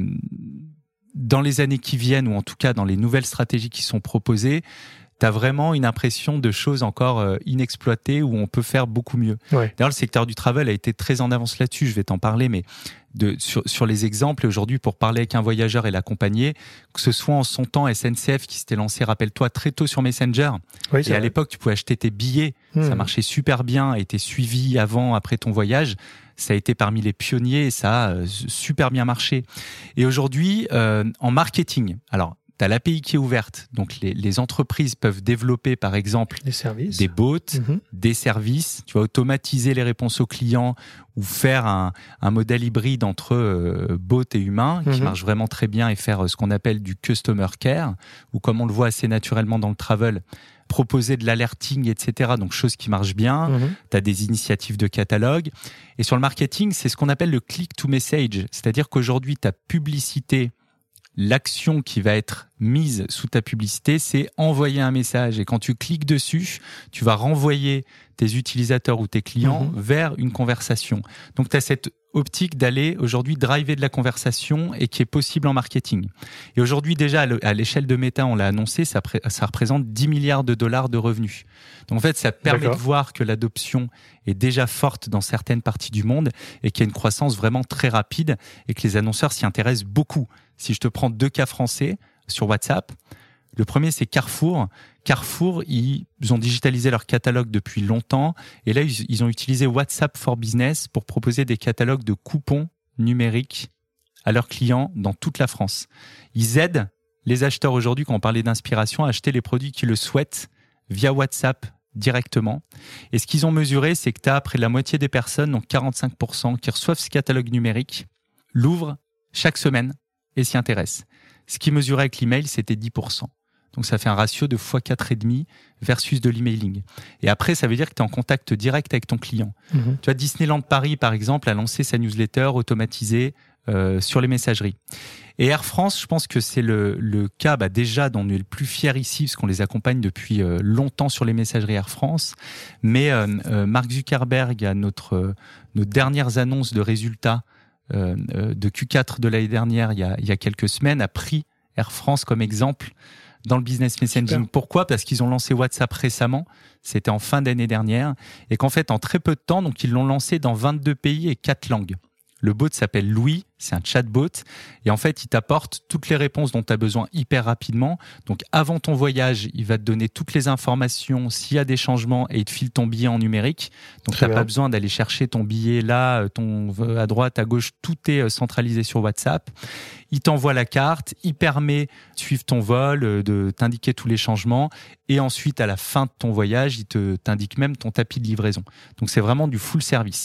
dans les années qui viennent, ou en tout cas dans les nouvelles stratégies qui sont proposées, tu as vraiment une impression de choses encore euh, inexploitées où on peut faire beaucoup mieux. Ouais. D'ailleurs, le secteur du travel a été très en avance là-dessus, je vais t'en parler, mais de, sur, sur les exemples, aujourd'hui, pour parler avec un voyageur et l'accompagner, que ce soit en son temps S N C F qui s'était lancé, rappelle-toi, très tôt sur Messenger, oui, et à vrai. l'époque, tu pouvais acheter tes billets, mmh. ça marchait super bien, était suivi avant, après ton voyage, ça a été parmi les pionniers et ça a super bien marché. Et aujourd'hui, euh, en marketing, alors, tu as l'A P I qui est ouverte, donc les, les entreprises peuvent développer par exemple des services, des bots, mmh. des services, tu vas automatiser les réponses aux clients ou faire un, un modèle hybride entre euh, bot et humain qui mmh. marche vraiment très bien et faire ce qu'on appelle du customer care ou comme on le voit assez naturellement dans le travel, proposer de l'alerting, et cetera. Donc, chose qui marche bien. Mmh. Tu as des initiatives de catalogue. Et sur le marketing, c'est ce qu'on appelle le click to message. C'est-à-dire qu'aujourd'hui, ta publicité, l'action qui va être mise sous ta publicité, c'est envoyer un message. Et quand tu cliques dessus, tu vas renvoyer tes utilisateurs ou tes clients mmh. vers une conversation. Donc, tu as cette optique d'aller aujourd'hui driver de la conversation et qui est possible en marketing. Et aujourd'hui, déjà, à l'échelle de Meta, on l'a annoncé, ça, ça représente dix milliards de dollars de revenus. Donc, en fait, ça permet D'accord. de voir que l'adoption est déjà forte dans certaines parties du monde et qu'il y a une croissance vraiment très rapide et que les annonceurs s'y intéressent beaucoup. Si je te prends deux cas français sur WhatsApp, le premier, c'est Carrefour. Carrefour, ils ont digitalisé leur catalogue depuis longtemps. Et là, ils ont utilisé WhatsApp for Business pour proposer des catalogues de coupons numériques à leurs clients dans toute la France. Ils aident les acheteurs aujourd'hui, quand on parlait d'inspiration, à acheter les produits qu'ils le souhaitent via WhatsApp directement. Et ce qu'ils ont mesuré, c'est que tu as près de la moitié des personnes, donc quarante-cinq pour cent, qui reçoivent ce catalogue numérique, l'ouvrent chaque semaine et s'y intéressent. Ce qu'ils mesuraient avec l'email, c'était dix pour cent. Donc, ça fait un ratio de fois quatre virgule cinq versus de l'emailing. Et après, ça veut dire que tu es en contact direct avec ton client. Mmh. Tu vois, Disneyland Paris, par exemple, a lancé sa newsletter automatisée euh, sur les messageries. Et Air France, je pense que c'est le, le cas bah, déjà dont on est le plus fier ici, parce qu'on les accompagne depuis euh, longtemps sur les messageries Air France. Mais euh, euh, Mark Zuckerberg, à notre, euh, nos dernières annonces de résultats euh, euh, de Q quatre de l'année dernière, il y a, il y a quelques semaines, a pris Air France comme exemple dans le business messaging. Super. Pourquoi ? Parce qu'ils ont lancé WhatsApp récemment, c'était en fin d'année dernière, et qu'en fait, en très peu de temps, donc ils l'ont lancé dans vingt-deux pays et quatre langues. Le bot s'appelle Louis, c'est un chatbot, et en fait, il t'apporte toutes les réponses dont tu as besoin hyper rapidement. Donc, avant ton voyage, il va te donner toutes les informations s'il y a des changements et il te file ton billet en numérique. Donc, tu n'as pas besoin d'aller chercher ton billet là, ton à droite, à gauche, tout est centralisé sur WhatsApp. Il t'envoie la carte, il permet de suivre ton vol, de t'indiquer tous les changements, et ensuite, à la fin de ton voyage, il te t'indique même ton tapis de livraison. Donc, c'est vraiment du full service.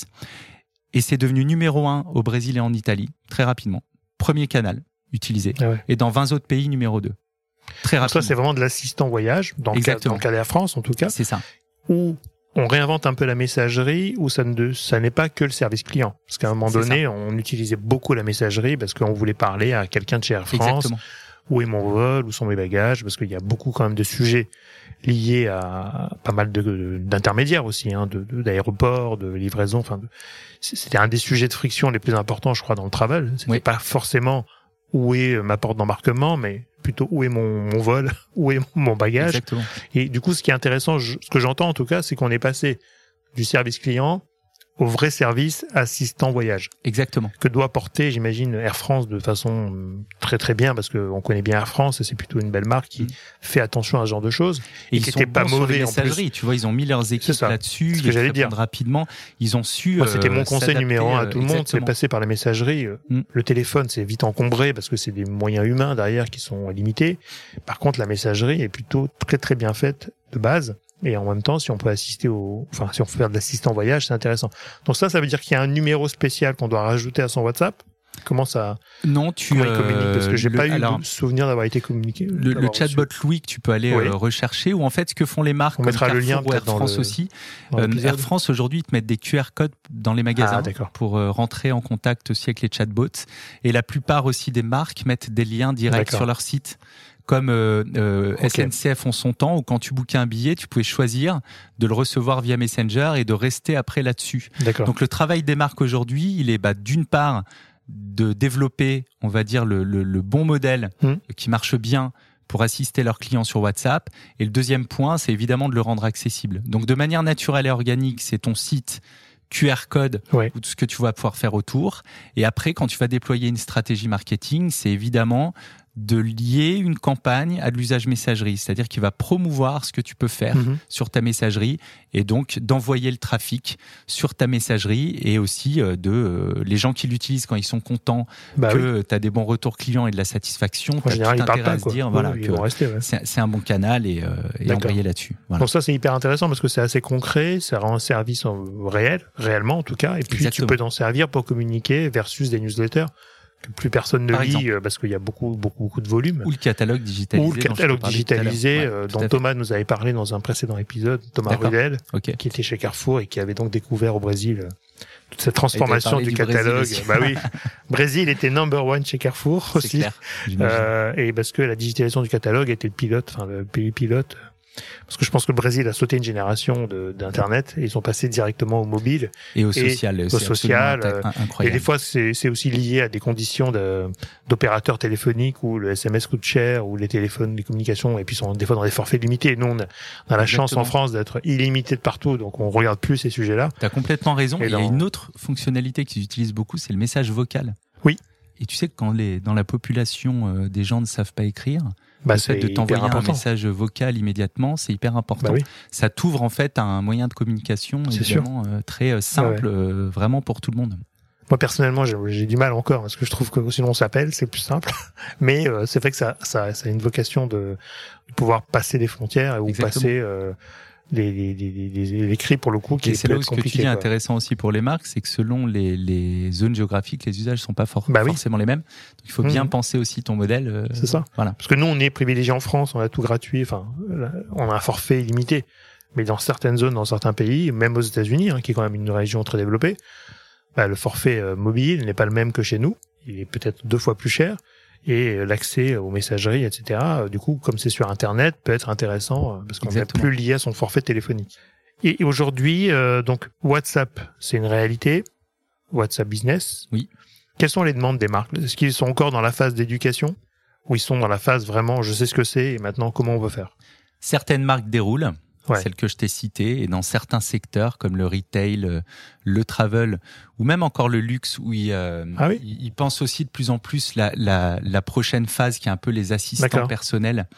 Et c'est devenu numéro un au Brésil et en Italie, très rapidement. Premier canal utilisé. Ah ouais. Et dans vingt autres pays, numéro deux. Très rapidement. Ça, c'est vraiment de l'assistant voyage, dans le, cas, dans le cas d'Air France, en tout cas. C'est ça. Où on réinvente un peu la messagerie, où ça, ne, ça n'est pas que le service client. Parce qu'à un moment c'est donné, ça. On utilisait beaucoup la messagerie parce qu'on voulait parler à quelqu'un de chez Air France. Exactement. Où est mon vol, où sont mes bagages, parce qu'il y a beaucoup quand même de sujets liés à pas mal de, d'intermédiaires aussi, hein, de, de, d'aéroports, de livraison. Enfin, de, c'était un des sujets de friction les plus importants, je crois, dans le travel. C'était oui. pas forcément où est ma porte d'embarquement, mais plutôt où est mon, mon vol, où est mon bagage. Exactement. Et du coup, ce qui est intéressant, je, ce que j'entends en tout cas, c'est qu'on est passé du service client au vrai service assistant voyage. Exactement. Que doit porter, j'imagine, Air France de façon très très bien, parce qu'on connaît bien Air France et c'est plutôt une belle marque qui mmh. fait attention à ce genre de choses. Et, et qui ils sont pas bons mauvais sur les messageries. Tu vois, ils ont mis leurs équipes là-dessus. C'est ce que j'allais dire. Rapidement, ils ont su. Moi, c'était mon conseil numéro un à tout le monde, exactement. c'est passer par les messageries. Mmh. Le téléphone, c'est vite encombré parce que c'est des moyens humains derrière qui sont limités. Par contre, la messagerie est plutôt très très bien faite de base. Et en même temps, si on peut assister au, enfin, si on peut faire de l'assistant voyage, c'est intéressant. Donc ça, ça veut dire qu'il y a un numéro spécial qu'on doit rajouter à son WhatsApp. Comment ça? Non, tu. Comment il communique? Parce que j'ai le, pas eu alors, de souvenir d'avoir été communiqué. Le, le chatbot Louis que tu peux aller oui. euh, rechercher, ou en fait, ce que font les marques, on comme mettra Carrefour le lien ou Air France le, aussi. Euh, Air France aujourd'hui, ils te mettent des Q R codes dans les magasins ah, pour euh, rentrer en contact aussi avec les chatbots. Et la plupart aussi des marques mettent des liens directs sur leur site. Comme euh, euh, okay. S N C F en son temps, où quand tu bookais un billet, tu pouvais choisir de le recevoir via Messenger et de rester après là-dessus. D'accord. Donc le travail des marques aujourd'hui, il est bah, d'une part de développer, on va dire, le, le, le bon modèle mmh. qui marche bien pour assister leurs clients sur WhatsApp. Et le deuxième point, c'est évidemment de le rendre accessible. Donc de manière naturelle et organique, c'est ton site Q R code ouais. ou tout ce que tu vas pouvoir faire autour. Et après, quand tu vas déployer une stratégie marketing, c'est évidemment de lier une campagne à de l'usage messagerie, c'est-à-dire qu'il va promouvoir ce que tu peux faire mmh. sur ta messagerie et donc d'envoyer le trafic sur ta messagerie et aussi de euh, les gens qui l'utilisent quand ils sont contents bah que oui. tu as des bons retours clients et de la satisfaction, tu as tout intérêt à se dire oui, voilà, oui, que rester, ouais. c'est, c'est un bon canal et, euh, et envoyer là-dessus. Voilà. Donc ça, c'est hyper intéressant parce que c'est assez concret, ça rend un service en réel, réellement en tout cas, et puis Exactement. Tu peux t'en servir pour communiquer versus des newsletters que plus personne ne Par lit exemple. parce qu'il y a beaucoup, beaucoup, beaucoup de volume. Ou le catalogue digitalisé. Ou le catalogue digitalisé, ouais, euh, dont Thomas nous avait parlé dans un précédent épisode, Thomas D'accord. Rudel, okay. qui était chez Carrefour et qui avait donc découvert au Brésil euh, toute cette transformation du, du catalogue. Bah oui, Brésil était number one chez Carrefour C'est aussi. Clair, euh, et parce que la digitalisation du catalogue était le pilote, enfin le pays pilote. Parce que je pense que le Brésil a sauté une génération de, d'internet et ils sont passés directement au mobile et au social, et au social. Euh, et des fois, c'est, c'est aussi lié à des conditions de, d'opérateurs téléphoniques où le S M S coûte cher, où les téléphones, les communications, et puis sont des fois dans des forfaits limités. Nous, on a, on a la chance en France d'être illimité de partout, donc on regarde plus ces sujets-là. T'as complètement raison. Et il dans... y a une autre fonctionnalité qu'ils utilisent beaucoup, c'est le message vocal. Oui. Et tu sais que quand les, dans la population, euh, des gens ne savent pas écrire, bah, le fait de t'envoyer un message vocal immédiatement, c'est hyper important. Bah oui. Ça t'ouvre en fait à un moyen de communication c'est évidemment euh, très simple, ah ouais. euh, vraiment pour tout le monde. Moi personnellement, j'ai, j'ai du mal encore parce que je trouve que sinon on s'appelle, c'est plus simple. Mais euh, c'est vrai que ça, ça, ça a une vocation de, de pouvoir passer des frontières ou Exactement. passer euh, les, les, les, les, les cris pour le coup qui et c'est là où ce que tu dis quoi. Intéressant aussi pour les marques, c'est que selon les, les zones géographiques, les usages sont pas for- bah oui. forcément les mêmes. Donc il faut mmh. bien penser aussi ton modèle. Euh, c'est ça. Voilà. Parce que nous on est privilégiés en France, on a tout gratuit, enfin on a un forfait illimité. Mais dans certaines zones, dans certains pays, même aux États-Unis, hein, qui est quand même une région très développée, bah, le forfait euh, mobile n'est pas le même que chez nous. Il est peut-être deux fois plus cher. Et l'accès aux messageries, et cetera, du coup, comme c'est sur Internet, peut être intéressant parce qu'on n'est plus lié à son forfait téléphonique. Et aujourd'hui, euh, donc WhatsApp, c'est une réalité. WhatsApp Business. Oui. Quelles sont les demandes des marques? Est-ce qu'ils sont encore dans la phase d'éducation ou ils sont dans la phase vraiment, je sais ce que c'est et maintenant comment on veut faire? Certaines marques déroulent. Ouais. Celles que je t'ai citées, et dans certains secteurs comme le retail, le travel, ou même encore le luxe, où ils, euh, ah oui ils pensent aussi de plus en plus la, la, la prochaine phase qui est un peu les assistants D'accord. personnels.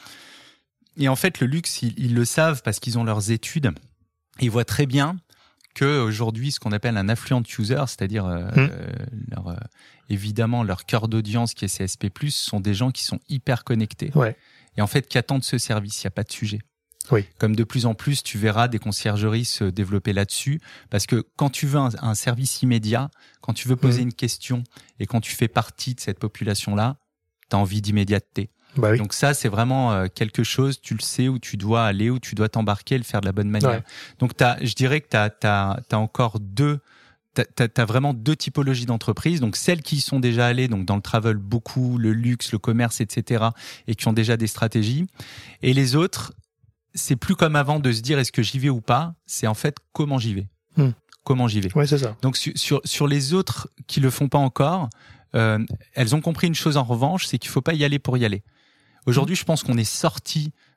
Et en fait, le luxe, ils, ils le savent parce qu'ils ont leurs études. Ils voient très bien que aujourd'hui, ce qu'on appelle un affluent user, c'est-à-dire euh, mmh. euh, leur, euh, évidemment leur cœur d'audience qui est C S P plus, sont des gens qui sont hyper connectés. Ouais. Et en fait, qui attendent ce service, il n'y a pas de sujet. Oui. Comme de plus en plus, tu verras des conciergeries se développer là-dessus, parce que quand tu veux un, un service immédiat, quand tu veux poser mmh. une question et quand tu fais partie de cette population-là, tu as envie d'immédiateté. Bah oui. Donc ça, c'est vraiment euh, quelque chose, tu le sais, où tu dois aller, où tu dois t'embarquer, le faire de la bonne manière. Ouais. Donc t'as, je dirais que tu as encore deux, tu as vraiment deux typologies d'entreprises. Donc celles qui y sont déjà allées, donc dans le travel beaucoup, le luxe, le commerce, et cetera, et qui ont déjà des stratégies. Et les autres, c'est plus comme avant de se dire est-ce que j'y vais ou pas, c'est en fait comment j'y vais. Mmh. Comment j'y vais. Ouais, c'est ça. Donc sur, sur, sur les autres qui le font pas encore, euh, elles ont compris une chose en revanche, c'est qu'il faut pas y aller pour y aller. Aujourd'hui, mmh. je pense qu'on est sorti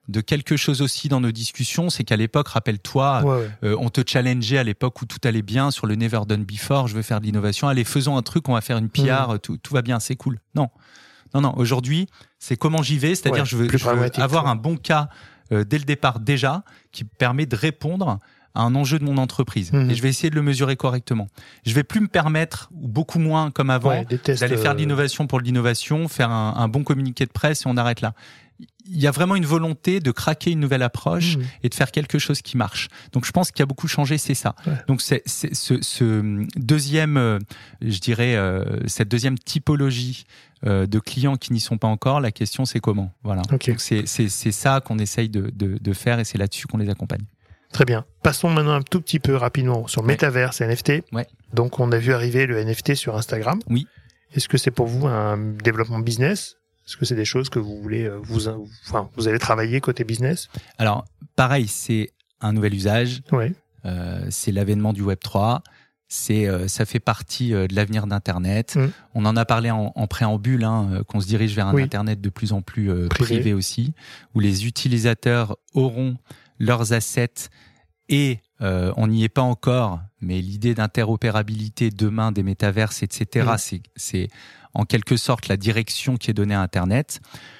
de quelque chose aussi dans nos discussions, c'est qu'à l'époque, rappelle-toi, ouais, ouais. Euh, on te challengeait à l'époque où tout allait bien sur le Never Done Before, je veux faire de l'innovation, allez, faisons un truc, on va faire une P R, mmh. tout, tout va bien, c'est cool. Non, non, non. Aujourd'hui, c'est comment j'y vais, c'est-à-dire ouais, je veux, je veux avoir un bon cas euh, dès le départ déjà, qui permet de répondre à un enjeu de mon entreprise. Mmh. Et je vais essayer de le mesurer correctement. Je vais plus me permettre, ou beaucoup moins comme avant, ouais, tests, d'aller faire de l'innovation pour de l'innovation, faire un, un bon communiqué de presse et on arrête là. Il y a vraiment une volonté de craquer une nouvelle approche mmh. et de faire quelque chose qui marche. Donc, je pense qu'il y a beaucoup changé, c'est ça. Ouais. Donc, c'est, c'est ce, ce deuxième, euh, je dirais, euh, cette deuxième typologie euh, de clients qui n'y sont pas encore, la question, c'est comment. Voilà. Okay. Donc, c'est, c'est, c'est ça qu'on essaye de, de, de faire et c'est là-dessus qu'on les accompagne. Très bien. Passons maintenant un tout petit peu rapidement sur Metaverse et N F T. Ouais. Donc, on a vu arriver le N F T sur Instagram. Oui. Est-ce que c'est pour vous un développement business ? Est-ce que c'est des choses que vous voulez, vous, enfin, vous allez travailler côté business ? Alors, pareil, c'est un nouvel usage. Ouais. Euh, c'est l'avènement du Web trois. C'est, euh, ça fait partie euh, de l'avenir d'Internet. Mmh. On en a parlé en, en préambule, hein, euh, qu'on se dirige vers un oui. Internet de plus en plus euh, privé. privé aussi, où les utilisateurs auront leurs assets et euh, on n'y est pas encore, mais l'idée d'interopérabilité demain des métaverses, et cetera, mmh. c'est, c'est en quelque sorte la direction qui est donnée à Internet.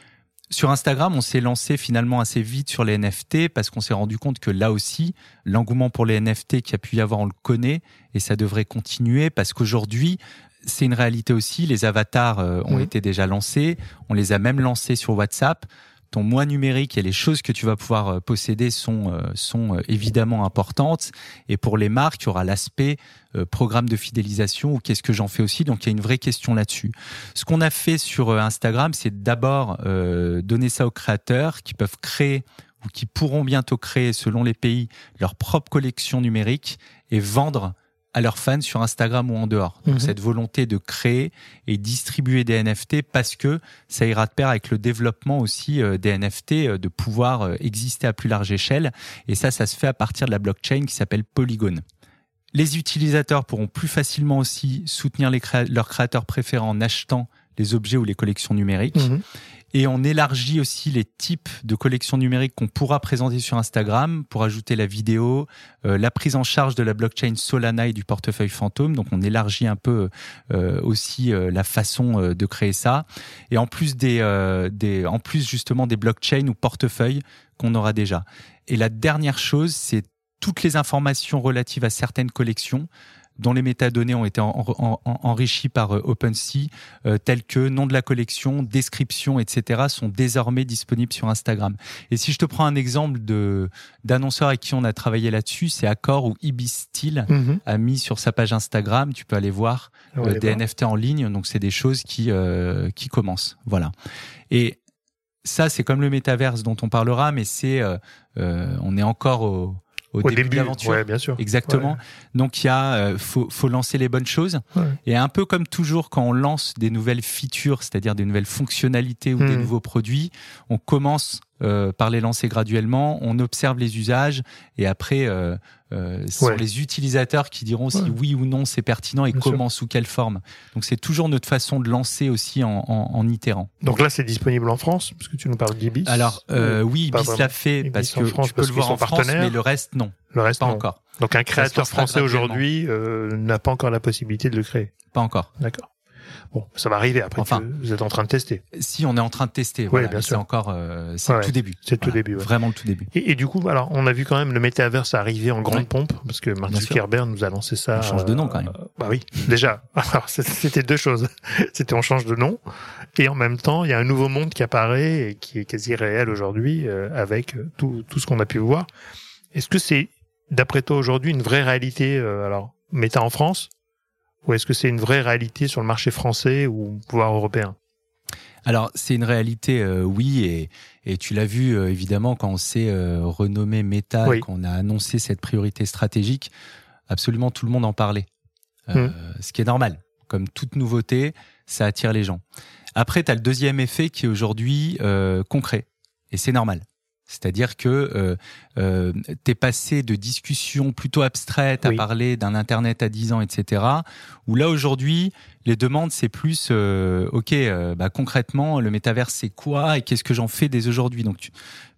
Sur Instagram, on s'est lancé finalement assez vite sur les N F T parce qu'on s'est rendu compte que là aussi, l'engouement pour les N F T qu'il y a pu y avoir, on le connaît et ça devrait continuer parce qu'aujourd'hui, c'est une réalité aussi. Les avatars euh, ont mmh. été déjà lancés, on les a même lancés sur WhatsApp. Ton moi numérique et les choses que tu vas pouvoir posséder sont, euh, sont euh, évidemment importantes. Et pour les marques, il y aura l'aspect euh, programme de fidélisation ou qu'est-ce que j'en fais aussi. Donc, il y a une vraie question là-dessus. Ce qu'on a fait sur euh, Instagram, c'est d'abord euh, donner ça aux créateurs qui peuvent créer ou qui pourront bientôt créer, selon les pays, leur propre collection numérique et vendre à leurs fans sur Instagram ou en dehors. Donc, mmh. cette volonté de créer et distribuer des N F T parce que ça ira de pair avec le développement aussi euh, des N F T, euh, de pouvoir euh, exister à plus large échelle. Et ça, ça se fait à partir de la blockchain qui s'appelle Polygon. Les utilisateurs pourront plus facilement aussi soutenir les créa- leurs créateurs préférés en achetant les objets ou les collections numériques. Mmh. Et on élargit aussi les types de collections numériques qu'on pourra présenter sur Instagram pour ajouter la vidéo, euh, la prise en charge de la blockchain Solana et du portefeuille fantôme. Donc, on élargit un peu euh, aussi euh, la façon euh, de créer ça. Et en plus des, euh, des, en plus justement des blockchains ou portefeuilles qu'on aura déjà. Et la dernière chose, c'est toutes les informations relatives à certaines collections dont les métadonnées ont été en, en, en, enrichies par euh, OpenSea, euh, telles que nom de la collection, description, et cetera, sont désormais disponibles sur Instagram. Et si je te prends un exemple de d'annonceurs avec qui on a travaillé là-dessus, c'est Accor ou Ibistil mm-hmm. a mis sur sa page Instagram, tu peux aller voir euh, des voir. N F T en ligne, donc c'est des choses qui euh, qui commencent. Voilà. Et ça, c'est comme le métaverse dont on parlera, mais c'est euh, euh, on est encore au Au, au début, début de l'aventure. Ouais, bien sûr. Exactement. Ouais. Donc, il y a, euh, faut, faut lancer les bonnes choses. Ouais. Et un peu comme toujours, quand on lance des nouvelles features, c'est-à-dire des nouvelles fonctionnalités ou mmh. des nouveaux produits, on commence euh, par les lancer graduellement, on observe les usages et après, euh, euh, ce ouais. sont les utilisateurs qui diront si ouais. oui ou non c'est pertinent et bien comment, sûr. Sous quelle forme. Donc, c'est toujours notre façon de lancer aussi en, en, en itérant. Donc là, c'est disponible en France, parce que tu nous parles d'Ibis. Alors, euh, oui, Ibis l'a fait Ibis parce que France, tu peux le voir en France, mais le reste, non. Le reste, pas non. encore. Donc, un créateur français aujourd'hui euh, n'a pas encore la possibilité de le créer. Pas encore. D'accord. Bon, ça va arriver après. Enfin, que vous êtes en train de tester. Si on est en train de tester, oui, voilà, bien mais sûr. C'est encore, euh, c'est ouais, le tout début. C'est le voilà, tout début. Ouais. Vraiment le tout début. Et, et du coup, alors, on a vu quand même le métaverse arriver en grande ouais. pompe parce que Mark Zuckerberg nous a lancé ça. On change de nom quand même. Euh, bah oui, déjà. Alors, c'était deux choses. C'était on change de nom et en même temps, il y a un nouveau monde qui apparaît et qui est quasi réel aujourd'hui euh, avec tout tout ce qu'on a pu voir. Est-ce que c'est, d'après toi aujourd'hui, une vraie réalité euh, alors méta en France? Ou est-ce que c'est une vraie réalité sur le marché français ou voire européen? Alors, c'est une réalité, euh, oui, et, et tu l'as vu, euh, évidemment, quand on s'est euh, renommé Meta, oui. et qu'on a annoncé cette priorité stratégique, absolument tout le monde en parlait. Euh, mmh. Ce qui est normal. Comme toute nouveauté, ça attire les gens. Après, tu as le deuxième effet qui est aujourd'hui euh, concret, et c'est normal. C'est-à-dire que euh, euh, t'es passé de discussions plutôt abstraites oui. à parler d'un Internet à dix ans, et cetera. Où là, aujourd'hui, les demandes, c'est plus, euh, OK, euh, bah, concrètement, le métaverse, c'est quoi et qu'est-ce que j'en fais dès aujourd'hui? Donc, tu,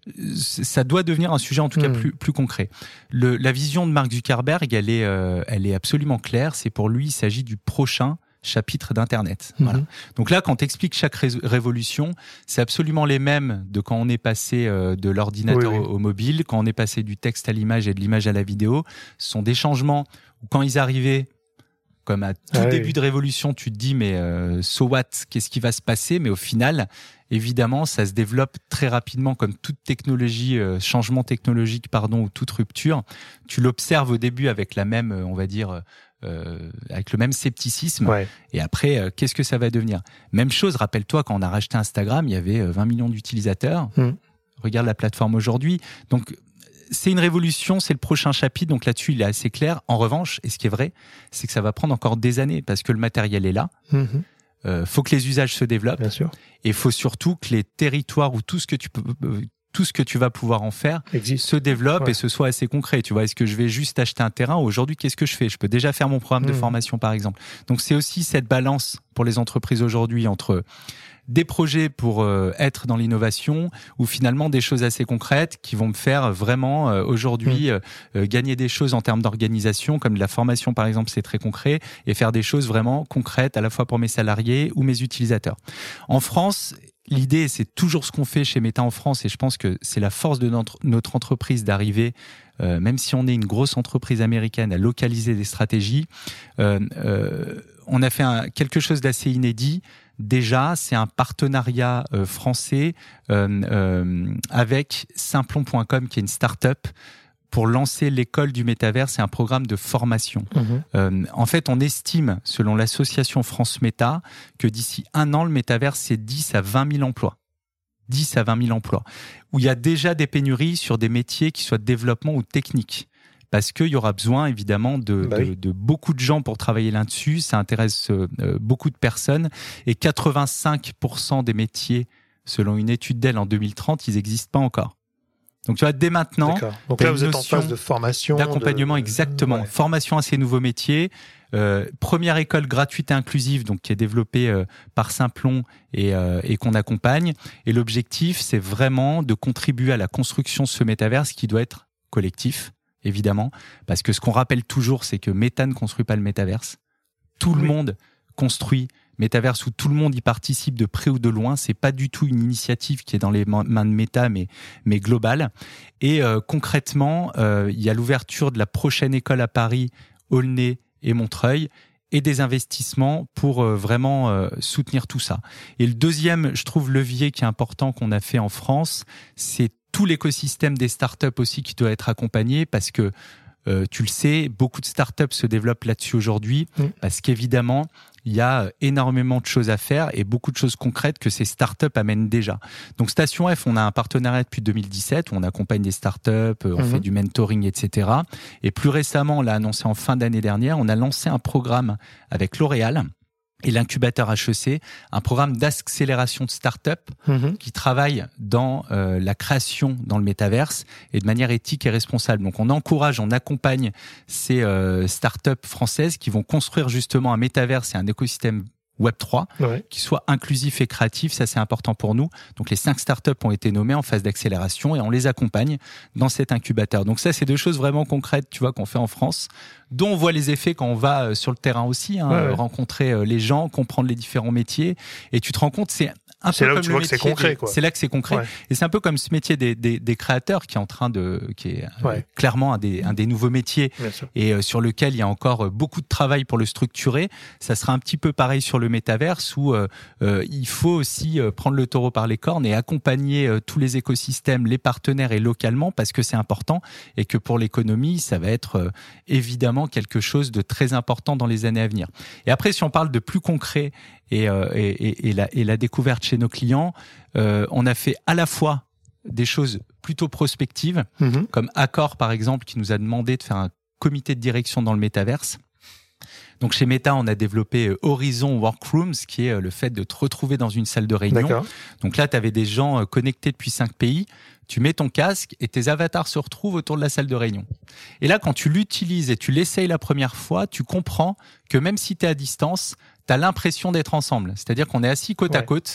ça doit devenir un sujet en tout cas mmh. plus, plus concret. Le, la vision de Mark Zuckerberg, elle est, euh, elle est absolument claire. C'est pour lui, il s'agit du prochain chapitre d'Internet. Mmh. Voilà. Donc là, quand tu expliques chaque ré- révolution, c'est absolument les mêmes de quand on est passé euh, de l'ordinateur oui, oui. Au, au mobile, quand on est passé du texte à l'image et de l'image à la vidéo. Ce sont des changements où quand ils arrivaient, comme à tout ah, début oui. de révolution, tu te dis mais euh, so what, qu'est-ce qui va se passer? Mais au final, évidemment, ça se développe très rapidement comme toute technologie, euh, changement technologique, pardon, ou toute rupture. Tu l'observes au début avec la même, on va dire, euh, avec le même scepticisme. Ouais. Et après, euh, qu'est-ce que ça va devenir? Même chose, rappelle-toi, quand on a racheté Instagram, il y avait vingt millions d'utilisateurs. Mmh. Regarde la plateforme aujourd'hui. Donc, c'est une révolution, c'est le prochain chapitre, donc là-dessus, il est assez clair. En revanche, et ce qui est vrai, c'est que ça va prendre encore des années parce que le matériel est là. Mmh. Euh, faut que les usages se développent. Bien sûr. Et il faut surtout que les territoires où tout ce que tu peux, euh, tout ce que tu vas pouvoir en faire Existe. se développe ouais. et ce soit assez concret. Tu vois, est-ce que je vais juste acheter un terrain? Aujourd'hui, qu'est-ce que je fais? Je peux déjà faire mon programme mmh. de formation, par exemple. Donc, c'est aussi cette balance pour les entreprises aujourd'hui entre des projets pour euh, être dans l'innovation ou finalement des choses assez concrètes qui vont me faire vraiment euh, aujourd'hui mmh. euh, gagner des choses en termes d'organisation, comme de la formation par exemple, c'est très concret, et faire des choses vraiment concrètes à la fois pour mes salariés ou mes utilisateurs. En France, l'idée, c'est toujours ce qu'on fait chez Meta en France, et je pense que c'est la force de notre, notre entreprise d'arriver, euh, même si on est une grosse entreprise américaine, à localiser des stratégies. Euh, euh, on a fait un, quelque chose d'assez inédit. Déjà, c'est un partenariat euh, français euh, euh, avec Simplon point com, qui est une start-up, pour lancer l'école du métavers. C'est un programme de formation. Mmh. Euh, en fait, on estime, selon l'association France Méta, que d'ici un an, le métavers, c'est dix à vingt mille emplois. dix à vingt mille emplois. Où il y a déjà des pénuries sur des métiers qui soient de développement ou techniques. Parce qu'il y aura besoin, évidemment, de, bah oui. de, de beaucoup de gens pour travailler là-dessus. Ça intéresse euh, beaucoup de personnes. Et quatre-vingt-cinq pour cent des métiers, selon une étude d'Elle en deux mille trente, ils n'existent pas encore. Donc, tu vois, dès maintenant... D'accord. Donc là, vous êtes en phase de formation. D'accompagnement, de... exactement. Ouais. Formation à ces nouveaux métiers. Euh, première école gratuite et inclusive, donc qui est développée euh, par Simplon et, euh, et qu'on accompagne. Et l'objectif, c'est vraiment de contribuer à la construction de ce métaverse qui doit être collectif. Évidemment, parce que ce qu'on rappelle toujours, c'est que Meta ne construit pas le métaverse. Tout oui. le monde construit métaverse, où tout le monde y participe de près ou de loin. C'est pas du tout une initiative qui est dans les mains de Meta, mais, mais globale. Et euh, concrètement, euh, il y a l'ouverture de la prochaine école à Paris, Aulnay et Montreuil, et des investissements pour euh, vraiment euh, soutenir tout ça. Et le deuxième, je trouve, levier qui est important qu'on a fait en France, c'est tout l'écosystème des startups aussi qui doit être accompagné, parce que euh, tu le sais, beaucoup de startups se développent là-dessus aujourd'hui, mmh. parce qu'évidemment, il y a énormément de choses à faire et beaucoup de choses concrètes que ces startups amènent déjà. Donc Station F, on a un partenariat depuis deux mille dix-sept où on accompagne des startups, on mmh. fait du mentoring, et cetera. Et plus récemment, on l'a annoncé en fin d'année dernière, on a lancé un programme avec L'Oréal et l'incubateur H E C, un programme d'accélération de start-up mmh. qui travaille dans euh, la création dans le métaverse et de manière éthique et responsable. Donc on encourage, on accompagne ces euh, start-up françaises qui vont construire justement un métaverse et un écosystème web trois ouais. qui soit inclusif et créatif. Ça, c'est important pour nous. Donc les cinq startups ont été nommées en phase d'accélération et on les accompagne dans cet incubateur. Donc ça, c'est deux choses vraiment concrètes, tu vois, qu'on fait en France, dont on voit les effets quand on va sur le terrain aussi, hein, ouais, ouais. rencontrer les gens, comprendre les différents métiers. Et tu te rends compte, c'est un c'est peu là comme où tu le vois métier que c'est concret, des, quoi. C'est là que c'est concret. Ouais. Et c'est un peu comme ce métier des, des, des créateurs qui est en train de, qui est ouais. euh, clairement un des, un des nouveaux métiers et euh, sur lequel il y a encore beaucoup de travail pour le structurer. Ça sera un petit peu pareil sur le métaverse où euh, euh, il faut aussi euh, prendre le taureau par les cornes et accompagner euh, tous les écosystèmes, les partenaires et localement, parce que c'est important et que pour l'économie, ça va être euh, évidemment quelque chose de très important dans les années à venir. Et après, si on parle de plus concret et, euh, et, et, et, la, et la découverte chez nos clients, euh, on a fait à la fois des choses plutôt prospectives, mmh. comme Accor par exemple, qui nous a demandé de faire un comité de direction dans le métaverse. Donc chez Meta, on a développé Horizon Workrooms, qui est le fait de te retrouver dans une salle de réunion. D'accord. Donc là, tu avais des gens connectés depuis cinq pays. Tu mets ton casque et tes avatars se retrouvent autour de la salle de réunion. Et là, quand tu l'utilises et tu l'essayes la première fois, tu comprends que même si tu es à distance, tu as l'impression d'être ensemble. C'est-à-dire qu'on est assis côte ouais. à côte,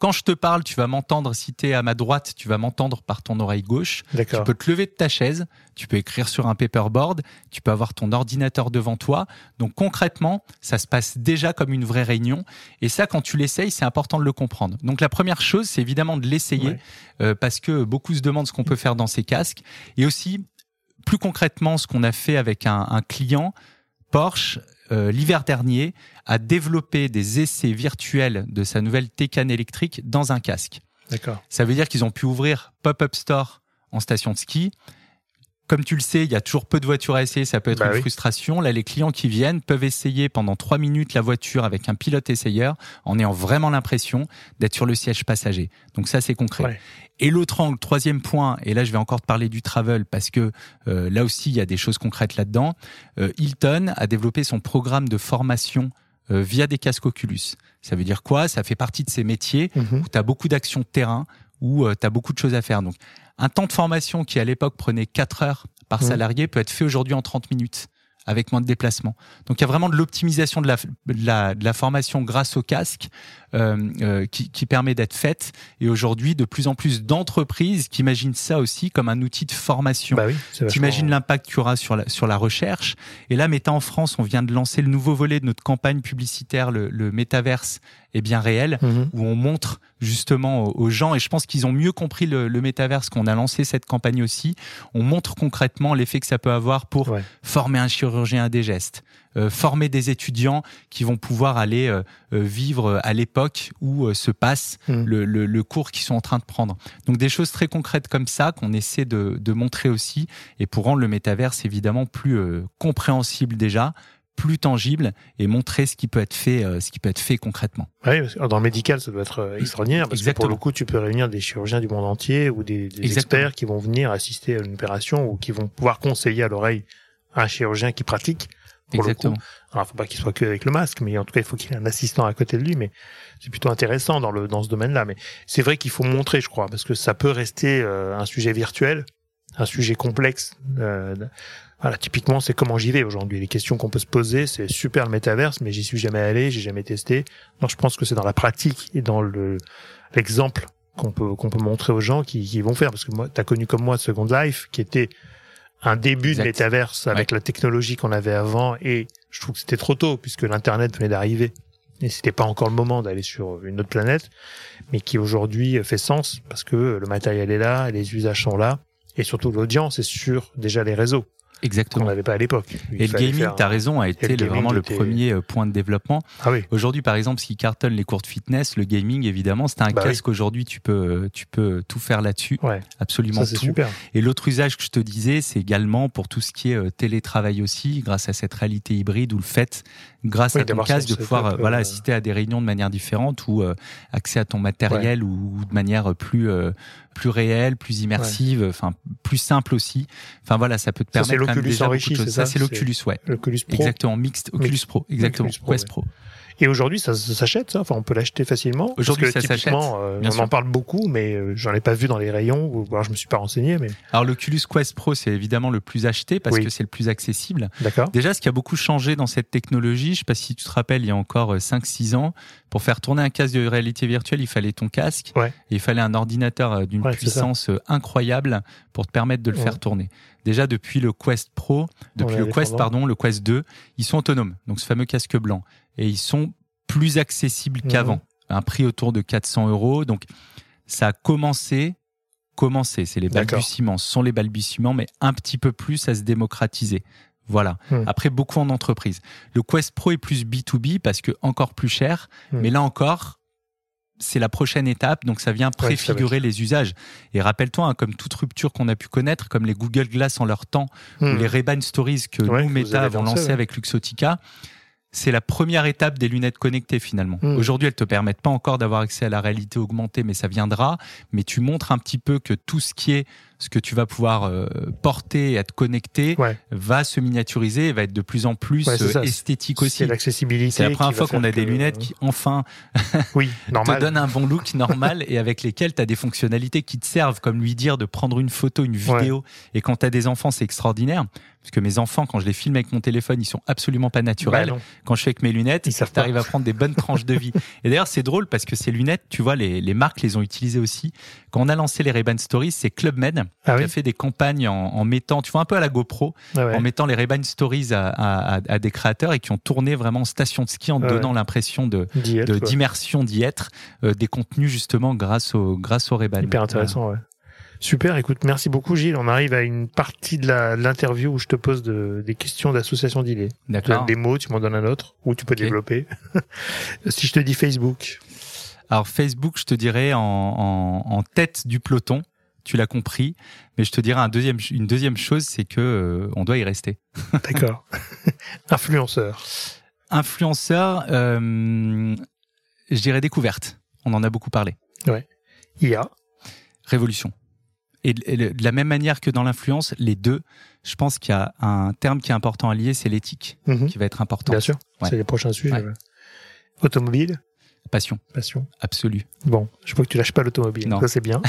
quand je te parle, tu vas m'entendre. Si tu es à ma droite, tu vas m'entendre par ton oreille gauche. D'accord. Tu peux te lever de ta chaise, tu peux écrire sur un paperboard, tu peux avoir ton ordinateur devant toi. Donc concrètement, ça se passe déjà comme une vraie réunion. Et ça, quand tu l'essayes, c'est important de le comprendre. Donc la première chose, c'est évidemment de l'essayer ouais. euh, parce que beaucoup se demandent ce qu'on peut faire dans ces casques. Et aussi, plus concrètement, ce qu'on a fait avec un, un client, Porsche, euh, l'hiver dernier, a développé des essais virtuels de sa nouvelle Taycan électrique dans un casque. D'accord. Ça veut dire qu'ils ont pu ouvrir Pop-up Store en station de ski. Comme tu le sais, il y a toujours peu de voitures à essayer, ça peut être bah une oui. frustration. Là, les clients qui viennent peuvent essayer pendant trois minutes la voiture avec un pilote essayeur en ayant vraiment l'impression d'être sur le siège passager. Donc ça, c'est concret. Ouais. Et l'autre angle, troisième point, et là je vais encore te parler du travel parce que euh, là aussi il y a des choses concrètes là-dedans. Euh, Hilton a développé son programme de formation euh, via des casques Oculus. Ça veut dire quoi ? Ça fait partie de ces métiers mmh. où tu as beaucoup d'actions de terrain, où euh, tu as beaucoup de choses à faire. Donc un temps de formation qui à l'époque prenait quatre heures par mmh. salarié peut être fait aujourd'hui en trente minutes. Avec moins de déplacements. Donc il y a vraiment de l'optimisation de la, de la, de la formation grâce au casque euh, euh, qui, qui permet d'être faite. Et aujourd'hui, de plus en plus d'entreprises qui imaginent ça aussi comme un outil de formation. Bah oui, tu imagines l'impact qu'il y aura sur la, sur la recherche. Et là, Meta en France, on vient de lancer le nouveau volet de notre campagne publicitaire, le, le Metaverse est bien réel, mmh. où on montre justement aux, aux gens, et je pense qu'ils ont mieux compris le, le Metaverse qu'on a lancé cette campagne aussi. On montre concrètement l'effet que ça peut avoir pour ouais. former un chirurgien à des gestes, euh, former des étudiants qui vont pouvoir aller euh, vivre à l'époque où euh, se passe mmh. le, le, le cours qu'ils sont en train de prendre. Donc des choses très concrètes comme ça qu'on essaie de, de montrer aussi, et pour rendre le Metaverse évidemment plus euh, compréhensible déjà, plus tangible et montrer ce qui peut être fait, euh, ce qui peut être fait concrètement. Oui, dans le médical, ça doit être extraordinaire parce Exactement. que pour le coup, tu peux réunir des chirurgiens du monde entier ou des, des experts qui vont venir assister à une opération ou qui vont pouvoir conseiller à l'oreille un chirurgien qui pratique. Pour Exactement. Le coup. Alors, faut pas qu'il soit que avec le masque, mais en tout cas, il faut qu'il ait un assistant à côté de lui. Mais c'est plutôt intéressant dans le dans ce domaine-là. Mais c'est vrai qu'il faut montrer, je crois, parce que ça peut rester euh, un sujet virtuel, un sujet complexe. Euh, Voilà, typiquement, c'est comment j'y vais aujourd'hui. Les questions qu'on peut se poser, c'est super le métaverse, mais j'y suis jamais allé, j'ai jamais testé. Donc, je pense que c'est dans la pratique et dans le l'exemple qu'on peut qu'on peut montrer aux gens qui, qui vont faire. Parce que moi, t'as connu comme moi Second Life, qui était un début exact. de métaverse avec ouais. la technologie qu'on avait avant, et je trouve que c'était trop tôt puisque l'internet venait d'arriver et c'était pas encore le moment d'aller sur une autre planète, mais qui aujourd'hui fait sens parce que le matériel est là, les usages sont là, et surtout l'audience est sur déjà les réseaux. Exactement. Qu'on n'avait pas à l'époque. Il et le gaming, tu as raison, a été le, vraiment le était... premier point de développement. Ah oui. Aujourd'hui, par exemple, ce qui cartonne les cours de fitness, le gaming, évidemment, c'est un bah casque. Oui. Aujourd'hui, tu peux, tu peux tout faire là-dessus. Ouais. Absolument ça, c'est tout. Super. Et l'autre usage que je te disais, c'est également pour tout ce qui est télétravail aussi, grâce à cette réalité hybride ou le fait, grâce oui, à ton casque, de pouvoir euh, voilà, assister à des réunions de manière différente ou euh, accès à ton matériel ouais. ou, ou de manière plus, euh, plus réelle, plus immersive, enfin, ouais. plus simple aussi. Enfin voilà, ça peut te permettre. Ça, c'est l'Oculus enrichi, c'est ça? Ça, c'est l'Oculus, ouais. L'Oculus Pro. Exactement, mixte Oculus Mixte. Pro, exactement. Oculus Pro, Quest ouais. Pro. Et aujourd'hui, ça, ça s'achète, ça. Enfin, on peut l'acheter facilement. Aujourd'hui, parce que, ça s'achète. Euh, on sûr. en parle beaucoup, mais euh, j'en ai pas vu dans les rayons. Ou alors, je me suis pas renseigné. Mais alors, l'Oculus Quest Pro, c'est évidemment le plus acheté parce oui. que c'est le plus accessible. D'accord. Déjà, ce qui a beaucoup changé dans cette technologie, je sais pas si tu te rappelles, il y a encore cinq six ans, pour faire tourner un casque de réalité virtuelle, il fallait ton casque. Ouais. Et il fallait un ordinateur d'une ouais, puissance incroyable pour te permettre de le ouais. faire tourner. Déjà, depuis le Quest Pro, depuis le Quest, pardon, le Quest deux, ils sont autonomes. Donc, ce fameux casque blanc. Et ils sont plus accessible qu'avant, mmh. un prix autour de quatre cents euros. Donc, ça a commencé, commencé, c'est les balbutiements, ce sont les balbutiements, mais un petit peu plus à se démocratiser. Voilà. Mmh. Après, beaucoup en entreprise. Le Quest Pro est plus B deux B parce que encore plus cher, mmh. mais là encore, c'est la prochaine étape, donc ça vient préfigurer ouais, ça les usages. Et rappelle-toi, hein, comme toute rupture qu'on a pu connaître, comme les Google Glass en leur temps, mmh. ou les Ray-Ban Stories que ouais, nous, Meta, avons lancé ouais. avec Luxottica, c'est la première étape des lunettes connectées finalement. Mmh. Aujourd'hui, elles te permettent pas encore d'avoir accès à la réalité augmentée, mais ça viendra. Mais tu montres un petit peu que tout ce qui est ce que tu vas pouvoir euh, porter et être connecté ouais. va se miniaturiser et va être de plus en plus ouais, euh, esthétique aussi. C'est l'accessibilité. C'est la première fois qu'on a que... des lunettes qui enfin oui, te donnent un bon look normal et avec lesquelles tu as des fonctionnalités qui te servent, comme lui dire de prendre une photo, une vidéo. Ouais. Et quand tu as des enfants, c'est extraordinaire. Parce que mes enfants, quand je les filme avec mon téléphone, ils sont absolument pas naturels. Bah quand je fais avec mes lunettes, tu arrives à prendre des bonnes tranches de vie. Et d'ailleurs, c'est drôle parce que ces lunettes, tu vois, les, les marques les ont utilisées aussi. Quand on a lancé les Ray-Ban Stories, c'est Club Med ah qui oui. a fait des campagnes en, en mettant, tu vois, un peu à la GoPro, ah ouais. en mettant les Ray-Ban Stories à, à, à, à des créateurs et qui ont tourné vraiment en station de ski en ah donnant ouais. l'impression de, d'y être, de d'immersion d'y être, euh, des contenus justement grâce au, grâce au Ray-Ban. Hyper intéressant, voilà. ouais. Super, écoute, merci beaucoup Gilles. On arrive à une partie de, la, de l'interview où je te pose de, des questions d'association d'idées. D'accord. Tu donnes des mots, tu m'en donnes un autre, ou tu peux okay. développer. Si je te dis Facebook. Alors Facebook, je te dirais en, en, en tête du peloton, tu l'as compris, mais je te dirais un deuxième, une deuxième chose, c'est que euh, on doit y rester. D'accord. Influenceur. Influenceur, euh, je dirais découverte. On en a beaucoup parlé. Ouais. I A. Révolution. Et de la même manière que dans l'influence, les deux, je pense qu'il y a un terme qui est important à lier, c'est l'éthique, mmh. qui va être important. Bien sûr, ouais. c'est les prochains sujets. Ouais. Automobile. Passion. Passion. Absolue. Bon, je vois que tu lâches pas l'automobile, non. Ça c'est bien.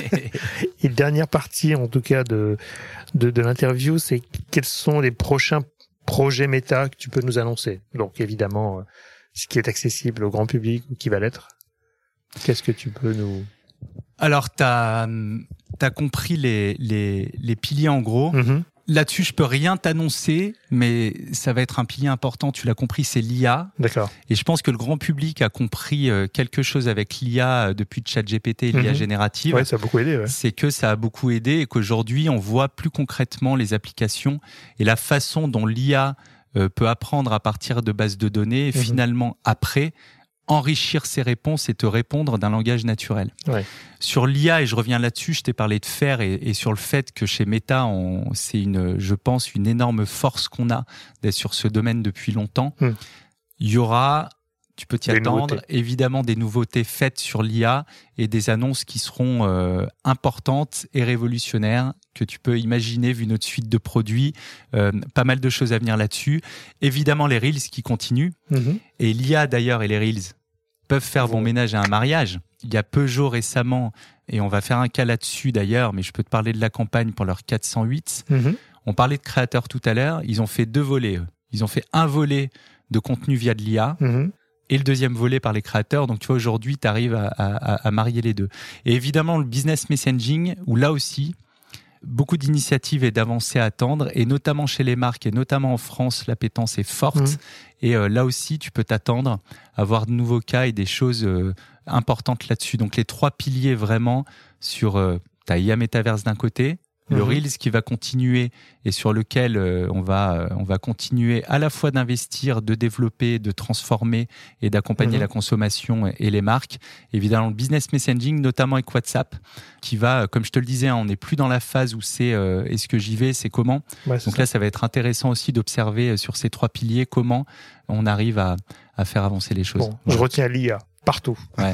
Et dernière partie, en tout cas, de, de, de l'interview, c'est quels sont les prochains projets méta que tu peux nous annoncer. Donc évidemment, ce qui est accessible au grand public ou qui va l'être. Qu'est-ce que tu peux nous... Alors, tu as compris les, les, les piliers en gros. Mm-hmm. Là-dessus, je peux rien t'annoncer, mais ça va être un pilier important. Tu l'as compris, c'est l'I A. D'accord. Et je pense que le grand public a compris quelque chose avec l'I A depuis ChatGPT et l'I A mm-hmm. générative. Ouais, ça a beaucoup aidé. Ouais. C'est que ça a beaucoup aidé et qu'aujourd'hui, on voit plus concrètement les applications et la façon dont l'I A peut apprendre à partir de bases de données et mm-hmm. finalement, après, enrichir ses réponses et te répondre d'un langage naturel. Ouais. Sur l'I A, et je reviens là-dessus, je t'ai parlé de faire et, et sur le fait que chez Meta, on, c'est une, je pense, une énorme force qu'on a d'être sur ce domaine depuis longtemps. Hum. Il y aura, tu peux t'y des attendre, nouveautés. Évidemment des nouveautés faites sur l'I A et des annonces qui seront euh, importantes et révolutionnaires que tu peux imaginer vu notre suite de produits. Euh, pas mal de choses à venir là-dessus. Évidemment, les Reels qui continuent. Mm-hmm. Et l'I A d'ailleurs et les Reels peuvent faire bon ménage à un mariage. Il y a Peugeot récemment, et on va faire un cas là-dessus d'ailleurs, mais je peux te parler de la campagne pour leur quatre cent huit. Mm-hmm. On parlait de créateurs tout à l'heure. Ils ont fait deux volets. Eux. Ils ont fait un volet de contenu via de l'I A. Mm-hmm. Et le deuxième volet par les créateurs. Donc, tu vois, aujourd'hui, tu arrives à, à, à marier les deux. Et évidemment, le business messaging, où là aussi, beaucoup d'initiatives et d'avancées à attendre, et notamment chez les marques, et notamment en France, l'appétence est forte. Mmh. Et euh, là aussi, tu peux t'attendre à voir de nouveaux cas et des choses euh, importantes là-dessus. Donc, les trois piliers vraiment sur euh, ta I A Metaverse d'un côté, le mmh. Reels qui va continuer et sur lequel euh, on va euh, on va continuer à la fois d'investir, de développer, de transformer et d'accompagner mmh. la consommation et, et les marques. Évidemment, le business messaging, notamment avec WhatsApp, qui va, comme je te le disais, hein, on n'est plus dans la phase où c'est euh, est-ce que j'y vais, c'est comment. Ouais, c'est Donc ça. Là, ça va être intéressant aussi d'observer sur ces trois piliers comment on arrive à à faire avancer les choses. Bon, je retiens l'I A. Partout. Ouais.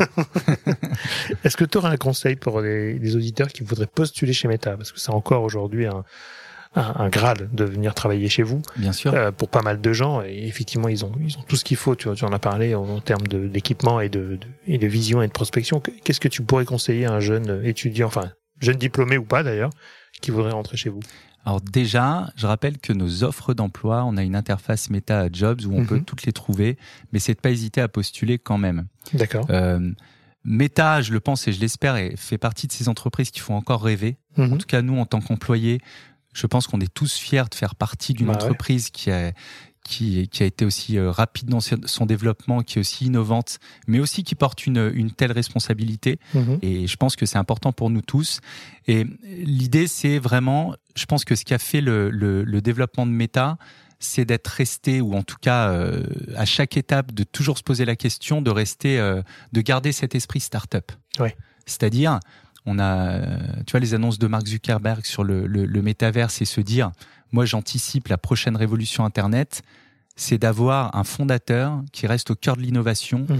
Est-ce que tu aurais un conseil pour les, les auditeurs qui voudraient postuler chez Meta? Parce que c'est encore aujourd'hui un, un, un graal de venir travailler chez vous. Bien sûr. Euh, pour pas mal de gens. Et effectivement, ils ont, ils ont tout ce qu'il faut. Tu, tu en as parlé en, en termes de, d'équipement et de, de, et de vision et de prospection. Qu'est-ce que tu pourrais conseiller à un jeune étudiant, enfin, jeune diplômé ou pas d'ailleurs, qui voudrait rentrer chez vous? Alors déjà, je rappelle que nos offres d'emploi, on a une interface Meta Jobs où on mm-hmm. peut toutes les trouver, mais c'est de pas hésiter à postuler quand même. D'accord. Euh, Meta, je le pense et je l'espère, fait partie de ces entreprises qui font encore rêver. Mm-hmm. En tout cas, nous, en tant qu'employés, je pense qu'on est tous fiers de faire partie d'une bah entreprise ouais. qui a qui, qui a été aussi euh, rapide dans son développement, qui est aussi innovante, mais aussi qui porte une, une telle responsabilité. Mmh. Et je pense que c'est important pour nous tous. Et l'idée, c'est vraiment, je pense que ce qui a fait le, le, le développement de Meta, c'est d'être resté, ou en tout cas, euh, à chaque étape, de toujours se poser la question, de rester, euh, de garder cet esprit start-up. Ouais. C'est-à-dire, on a, tu vois, les annonces de Mark Zuckerberg sur le, le, le métaverse et se dire, moi, j'anticipe la prochaine révolution Internet, c'est d'avoir un fondateur qui reste au cœur de l'innovation, mmh.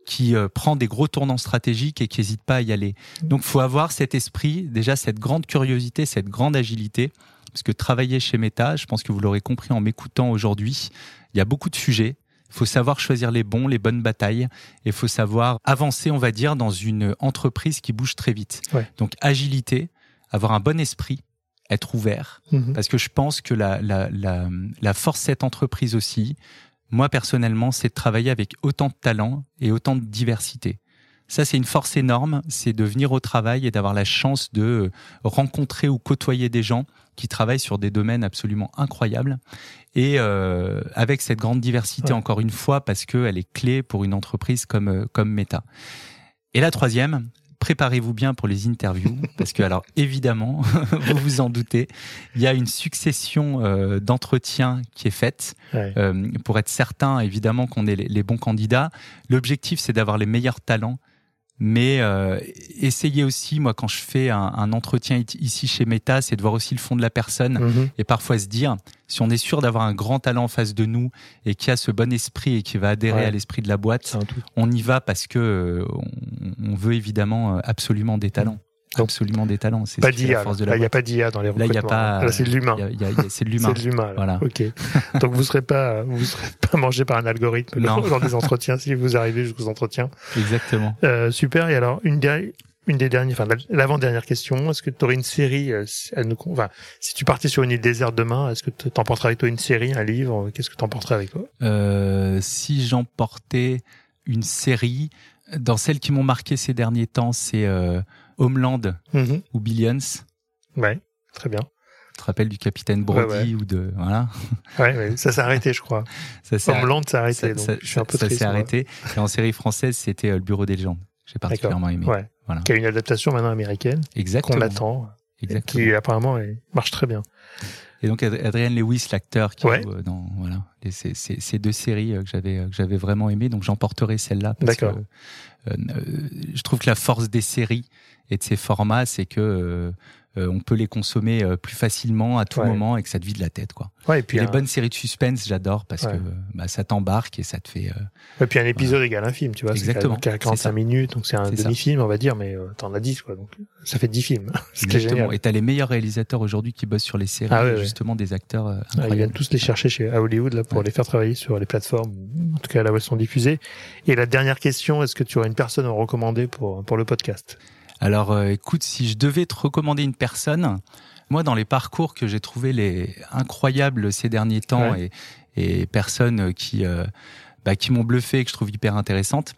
qui euh, prend des gros tournants stratégiques et qui n'hésite pas à y aller. Donc, il faut avoir cet esprit, déjà cette grande curiosité, cette grande agilité, parce que travailler chez Meta, je pense que vous l'aurez compris en m'écoutant aujourd'hui, il y a beaucoup de sujets. Il faut savoir choisir les bons, les bonnes batailles, et il faut savoir avancer, on va dire, dans une entreprise qui bouge très vite. Ouais. Donc, agilité, avoir un bon esprit, être ouvert, mmh. parce que je pense que la, la, la, la force de cette entreprise aussi, moi, personnellement, c'est de travailler avec autant de talent et autant de diversité. Ça, c'est une force énorme, c'est de venir au travail et d'avoir la chance de rencontrer ou côtoyer des gens qui travaillent sur des domaines absolument incroyables. Et euh, avec cette grande diversité, ouais. encore une fois, parce qu'elle est clé pour une entreprise comme, comme Meta. Et la troisième, préparez-vous bien pour les interviews, parce que, alors, évidemment, vous vous en doutez, il y a une succession euh, d'entretiens qui est faite, ouais. euh, pour être certain, évidemment, qu'on ait les, les bons candidats. L'objectif, c'est d'avoir les meilleurs talents, mais euh, essayez aussi, moi, quand je fais un, un entretien ici chez Meta, c'est de voir aussi le fond de la personne, mmh. et parfois se dire, si on est sûr d'avoir un grand talent en face de nous et qui a ce bon esprit et qui va adhérer ouais. à l'esprit de la boîte, on y va parce que euh, on, on veut évidemment absolument des talents. Donc, absolument des talents. C'est pas d'I A. Il n'y a pas d'I A dans les recrutements. Là, y a pas, là c'est de l'humain. Y a, y a, y a, c'est de l'humain. C'est de l'humain. Là. Voilà. Ok. Donc vous ne serez pas, vous serez pas mangé par un algorithme non. dans des entretiens si vous arrivez jusqu'aux entretiens. Exactement. Euh, super. Et alors une dernière. Une des dernières, enfin l'avant-dernière question, est-ce que tu aurais une série à nous, enfin, si tu partais sur une île déserte demain, est-ce que tu t'emporterais avec toi une série, un livre, qu'est-ce que tu emporterais avec toi? euh, Si j'emportais une série, dans celles qui m'ont marqué ces derniers temps, c'est euh, Homeland mm-hmm. ou Billions. Ouais, très bien. Tu te rappelles du capitaine Brody ouais, ouais. ou de voilà. Ouais, ouais, ça s'est arrêté, je crois. Ça s'est Homeland s'est arrêté, ça, donc ça, je suis un peu ça triste. Ça s'est arrêté. Et en série française, c'était euh, Le Bureau des légendes. J'ai particulièrement aimé. Ouais. Voilà. Qui a une adaptation maintenant américaine. Exactement. Qu'on attend. Exactement. Qui apparemment marche très bien. Et donc Adrian Lewis, l'acteur qui ouais. joue dans voilà, et c'est, c'est, c'est deux séries que j'avais que j'avais vraiment aimées, donc j'emporterai celle-là parce D'accord. que euh, je trouve que la force des séries et de ces formats, c'est que euh, euh, on peut les consommer euh, plus facilement à tout ouais. moment et que ça te vide la tête, quoi. Ouais, et puis et un... les bonnes séries de suspense, j'adore parce ouais. que bah, ça t'embarque et ça te fait. Euh, et puis un épisode voilà. égale un film, tu vois. Exactement. C'est quarante-cinq minutes, donc c'est un c'est demi-film, ça. On va dire, mais euh, t'en as dix, quoi. Donc ça fait dix films. C'est génial. Et t'as les meilleurs réalisateurs aujourd'hui qui bossent sur les séries, ah, ouais, justement ouais. des acteurs euh, incroyables. Ah, ils viennent tous les chercher chez à Hollywood là pour ouais. les faire travailler sur les plateformes, en tout cas là où elles sont diffusées. Et la dernière question, est-ce que tu aurais une personne à recommander pour pour le podcast? Alors, euh, écoute, si je devais te recommander une personne, moi, dans les parcours que j'ai trouvés les incroyables ces derniers temps ouais. et, et personnes qui, euh, bah, qui m'ont bluffé et que je trouve hyper intéressantes,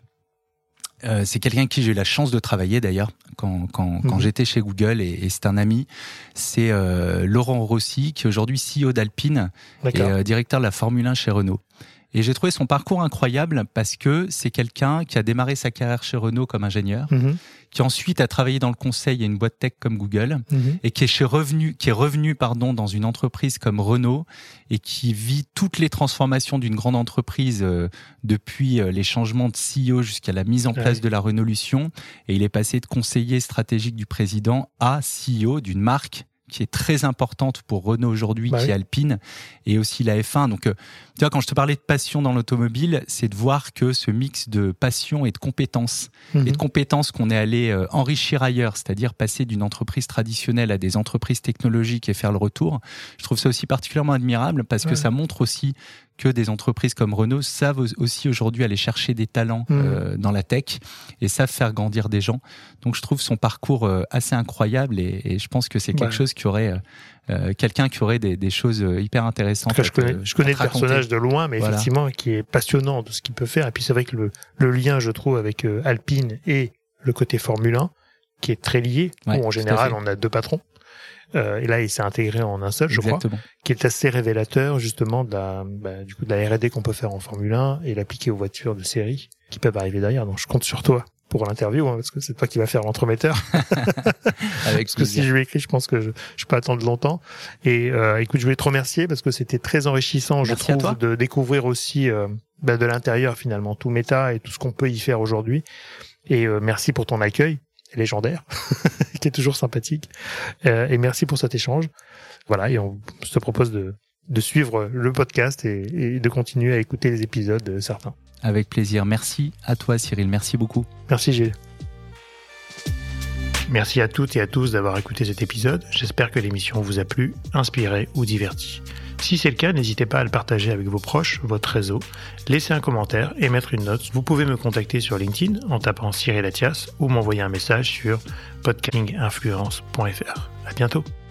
euh, c'est quelqu'un avec qui j'ai eu la chance de travailler d'ailleurs quand, quand, mmh. quand j'étais chez Google et, et c'est un ami. C'est euh, Laurent Rossi, qui est aujourd'hui C E O d'Alpine D'accord. et euh, directeur de la Formule un chez Renault. Et j'ai trouvé son parcours incroyable parce que c'est quelqu'un qui a démarré sa carrière chez Renault comme ingénieur, mmh. qui ensuite a travaillé dans le conseil à une boîte tech comme Google, mmh. et qui est chez revenu, qui est revenu pardon dans une entreprise comme Renault et qui vit toutes les transformations d'une grande entreprise euh, depuis euh, les changements de C E O jusqu'à la mise en place ouais. de la Renolution. Et il est passé de conseiller stratégique du président à C E O d'une marque qui est très importante pour Renault aujourd'hui, bah qui oui. est Alpine, et aussi la F un. Donc, euh, tu vois, quand je te parlais de passion dans l'automobile, c'est de voir que ce mix de passion et de compétences, mmh. et de compétences qu'on est allé euh, enrichir ailleurs, c'est-à-dire passer d'une entreprise traditionnelle à des entreprises technologiques et faire le retour, je trouve ça aussi particulièrement admirable parce ouais. que ça montre aussi que des entreprises comme Renault savent aussi aujourd'hui aller chercher des talents mmh. euh, dans la tech et savent faire grandir des gens. Donc je trouve son parcours euh, assez incroyable et, et je pense que c'est quelque ouais. chose qui aurait euh, quelqu'un qui aurait des, des choses hyper intéressantes. En tout cas, je connais, je connais le personnage de loin, mais voilà. effectivement qui est passionnant de ce qu'il peut faire. Et puis c'est vrai que le, le lien, je trouve, avec euh, Alpine et le côté Formule un, qui est très lié. Ouais, où en général, on a deux patrons. Euh, et là, il s'est intégré en un seul, je Exactement. crois, qui est assez révélateur justement de la, bah, du coup, de la R et D qu'on peut faire en Formule un et l'appliquer aux voitures de série qui peuvent arriver derrière. Donc, je compte sur toi pour l'interview, hein, parce que c'est toi qui vas faire l'entremetteur. Avec parce que si je lui écris, je pense que je, je peux attendre longtemps. Et euh, écoute, je voulais te remercier parce que c'était très enrichissant, Merci je trouve, de découvrir aussi euh, bah, de l'intérieur finalement tout Meta et tout ce qu'on peut y faire aujourd'hui. Et euh, merci pour ton accueil légendaire, qui est toujours sympathique. Euh, et merci pour cet échange. Voilà, et on se propose de, de suivre le podcast et, et de continuer à écouter les épisodes certains. avec plaisir. Merci à toi Cyril, merci beaucoup. Merci Gilles. Merci à toutes et à tous d'avoir écouté cet épisode. J'espère que l'émission vous a plu, inspiré ou diverti. Si c'est le cas, n'hésitez pas à le partager avec vos proches, votre réseau, laisser un commentaire et mettre une note. Vous pouvez me contacter sur LinkedIn en tapant Cyril Athias ou m'envoyer un message sur podcasting influence point f r. À bientôt.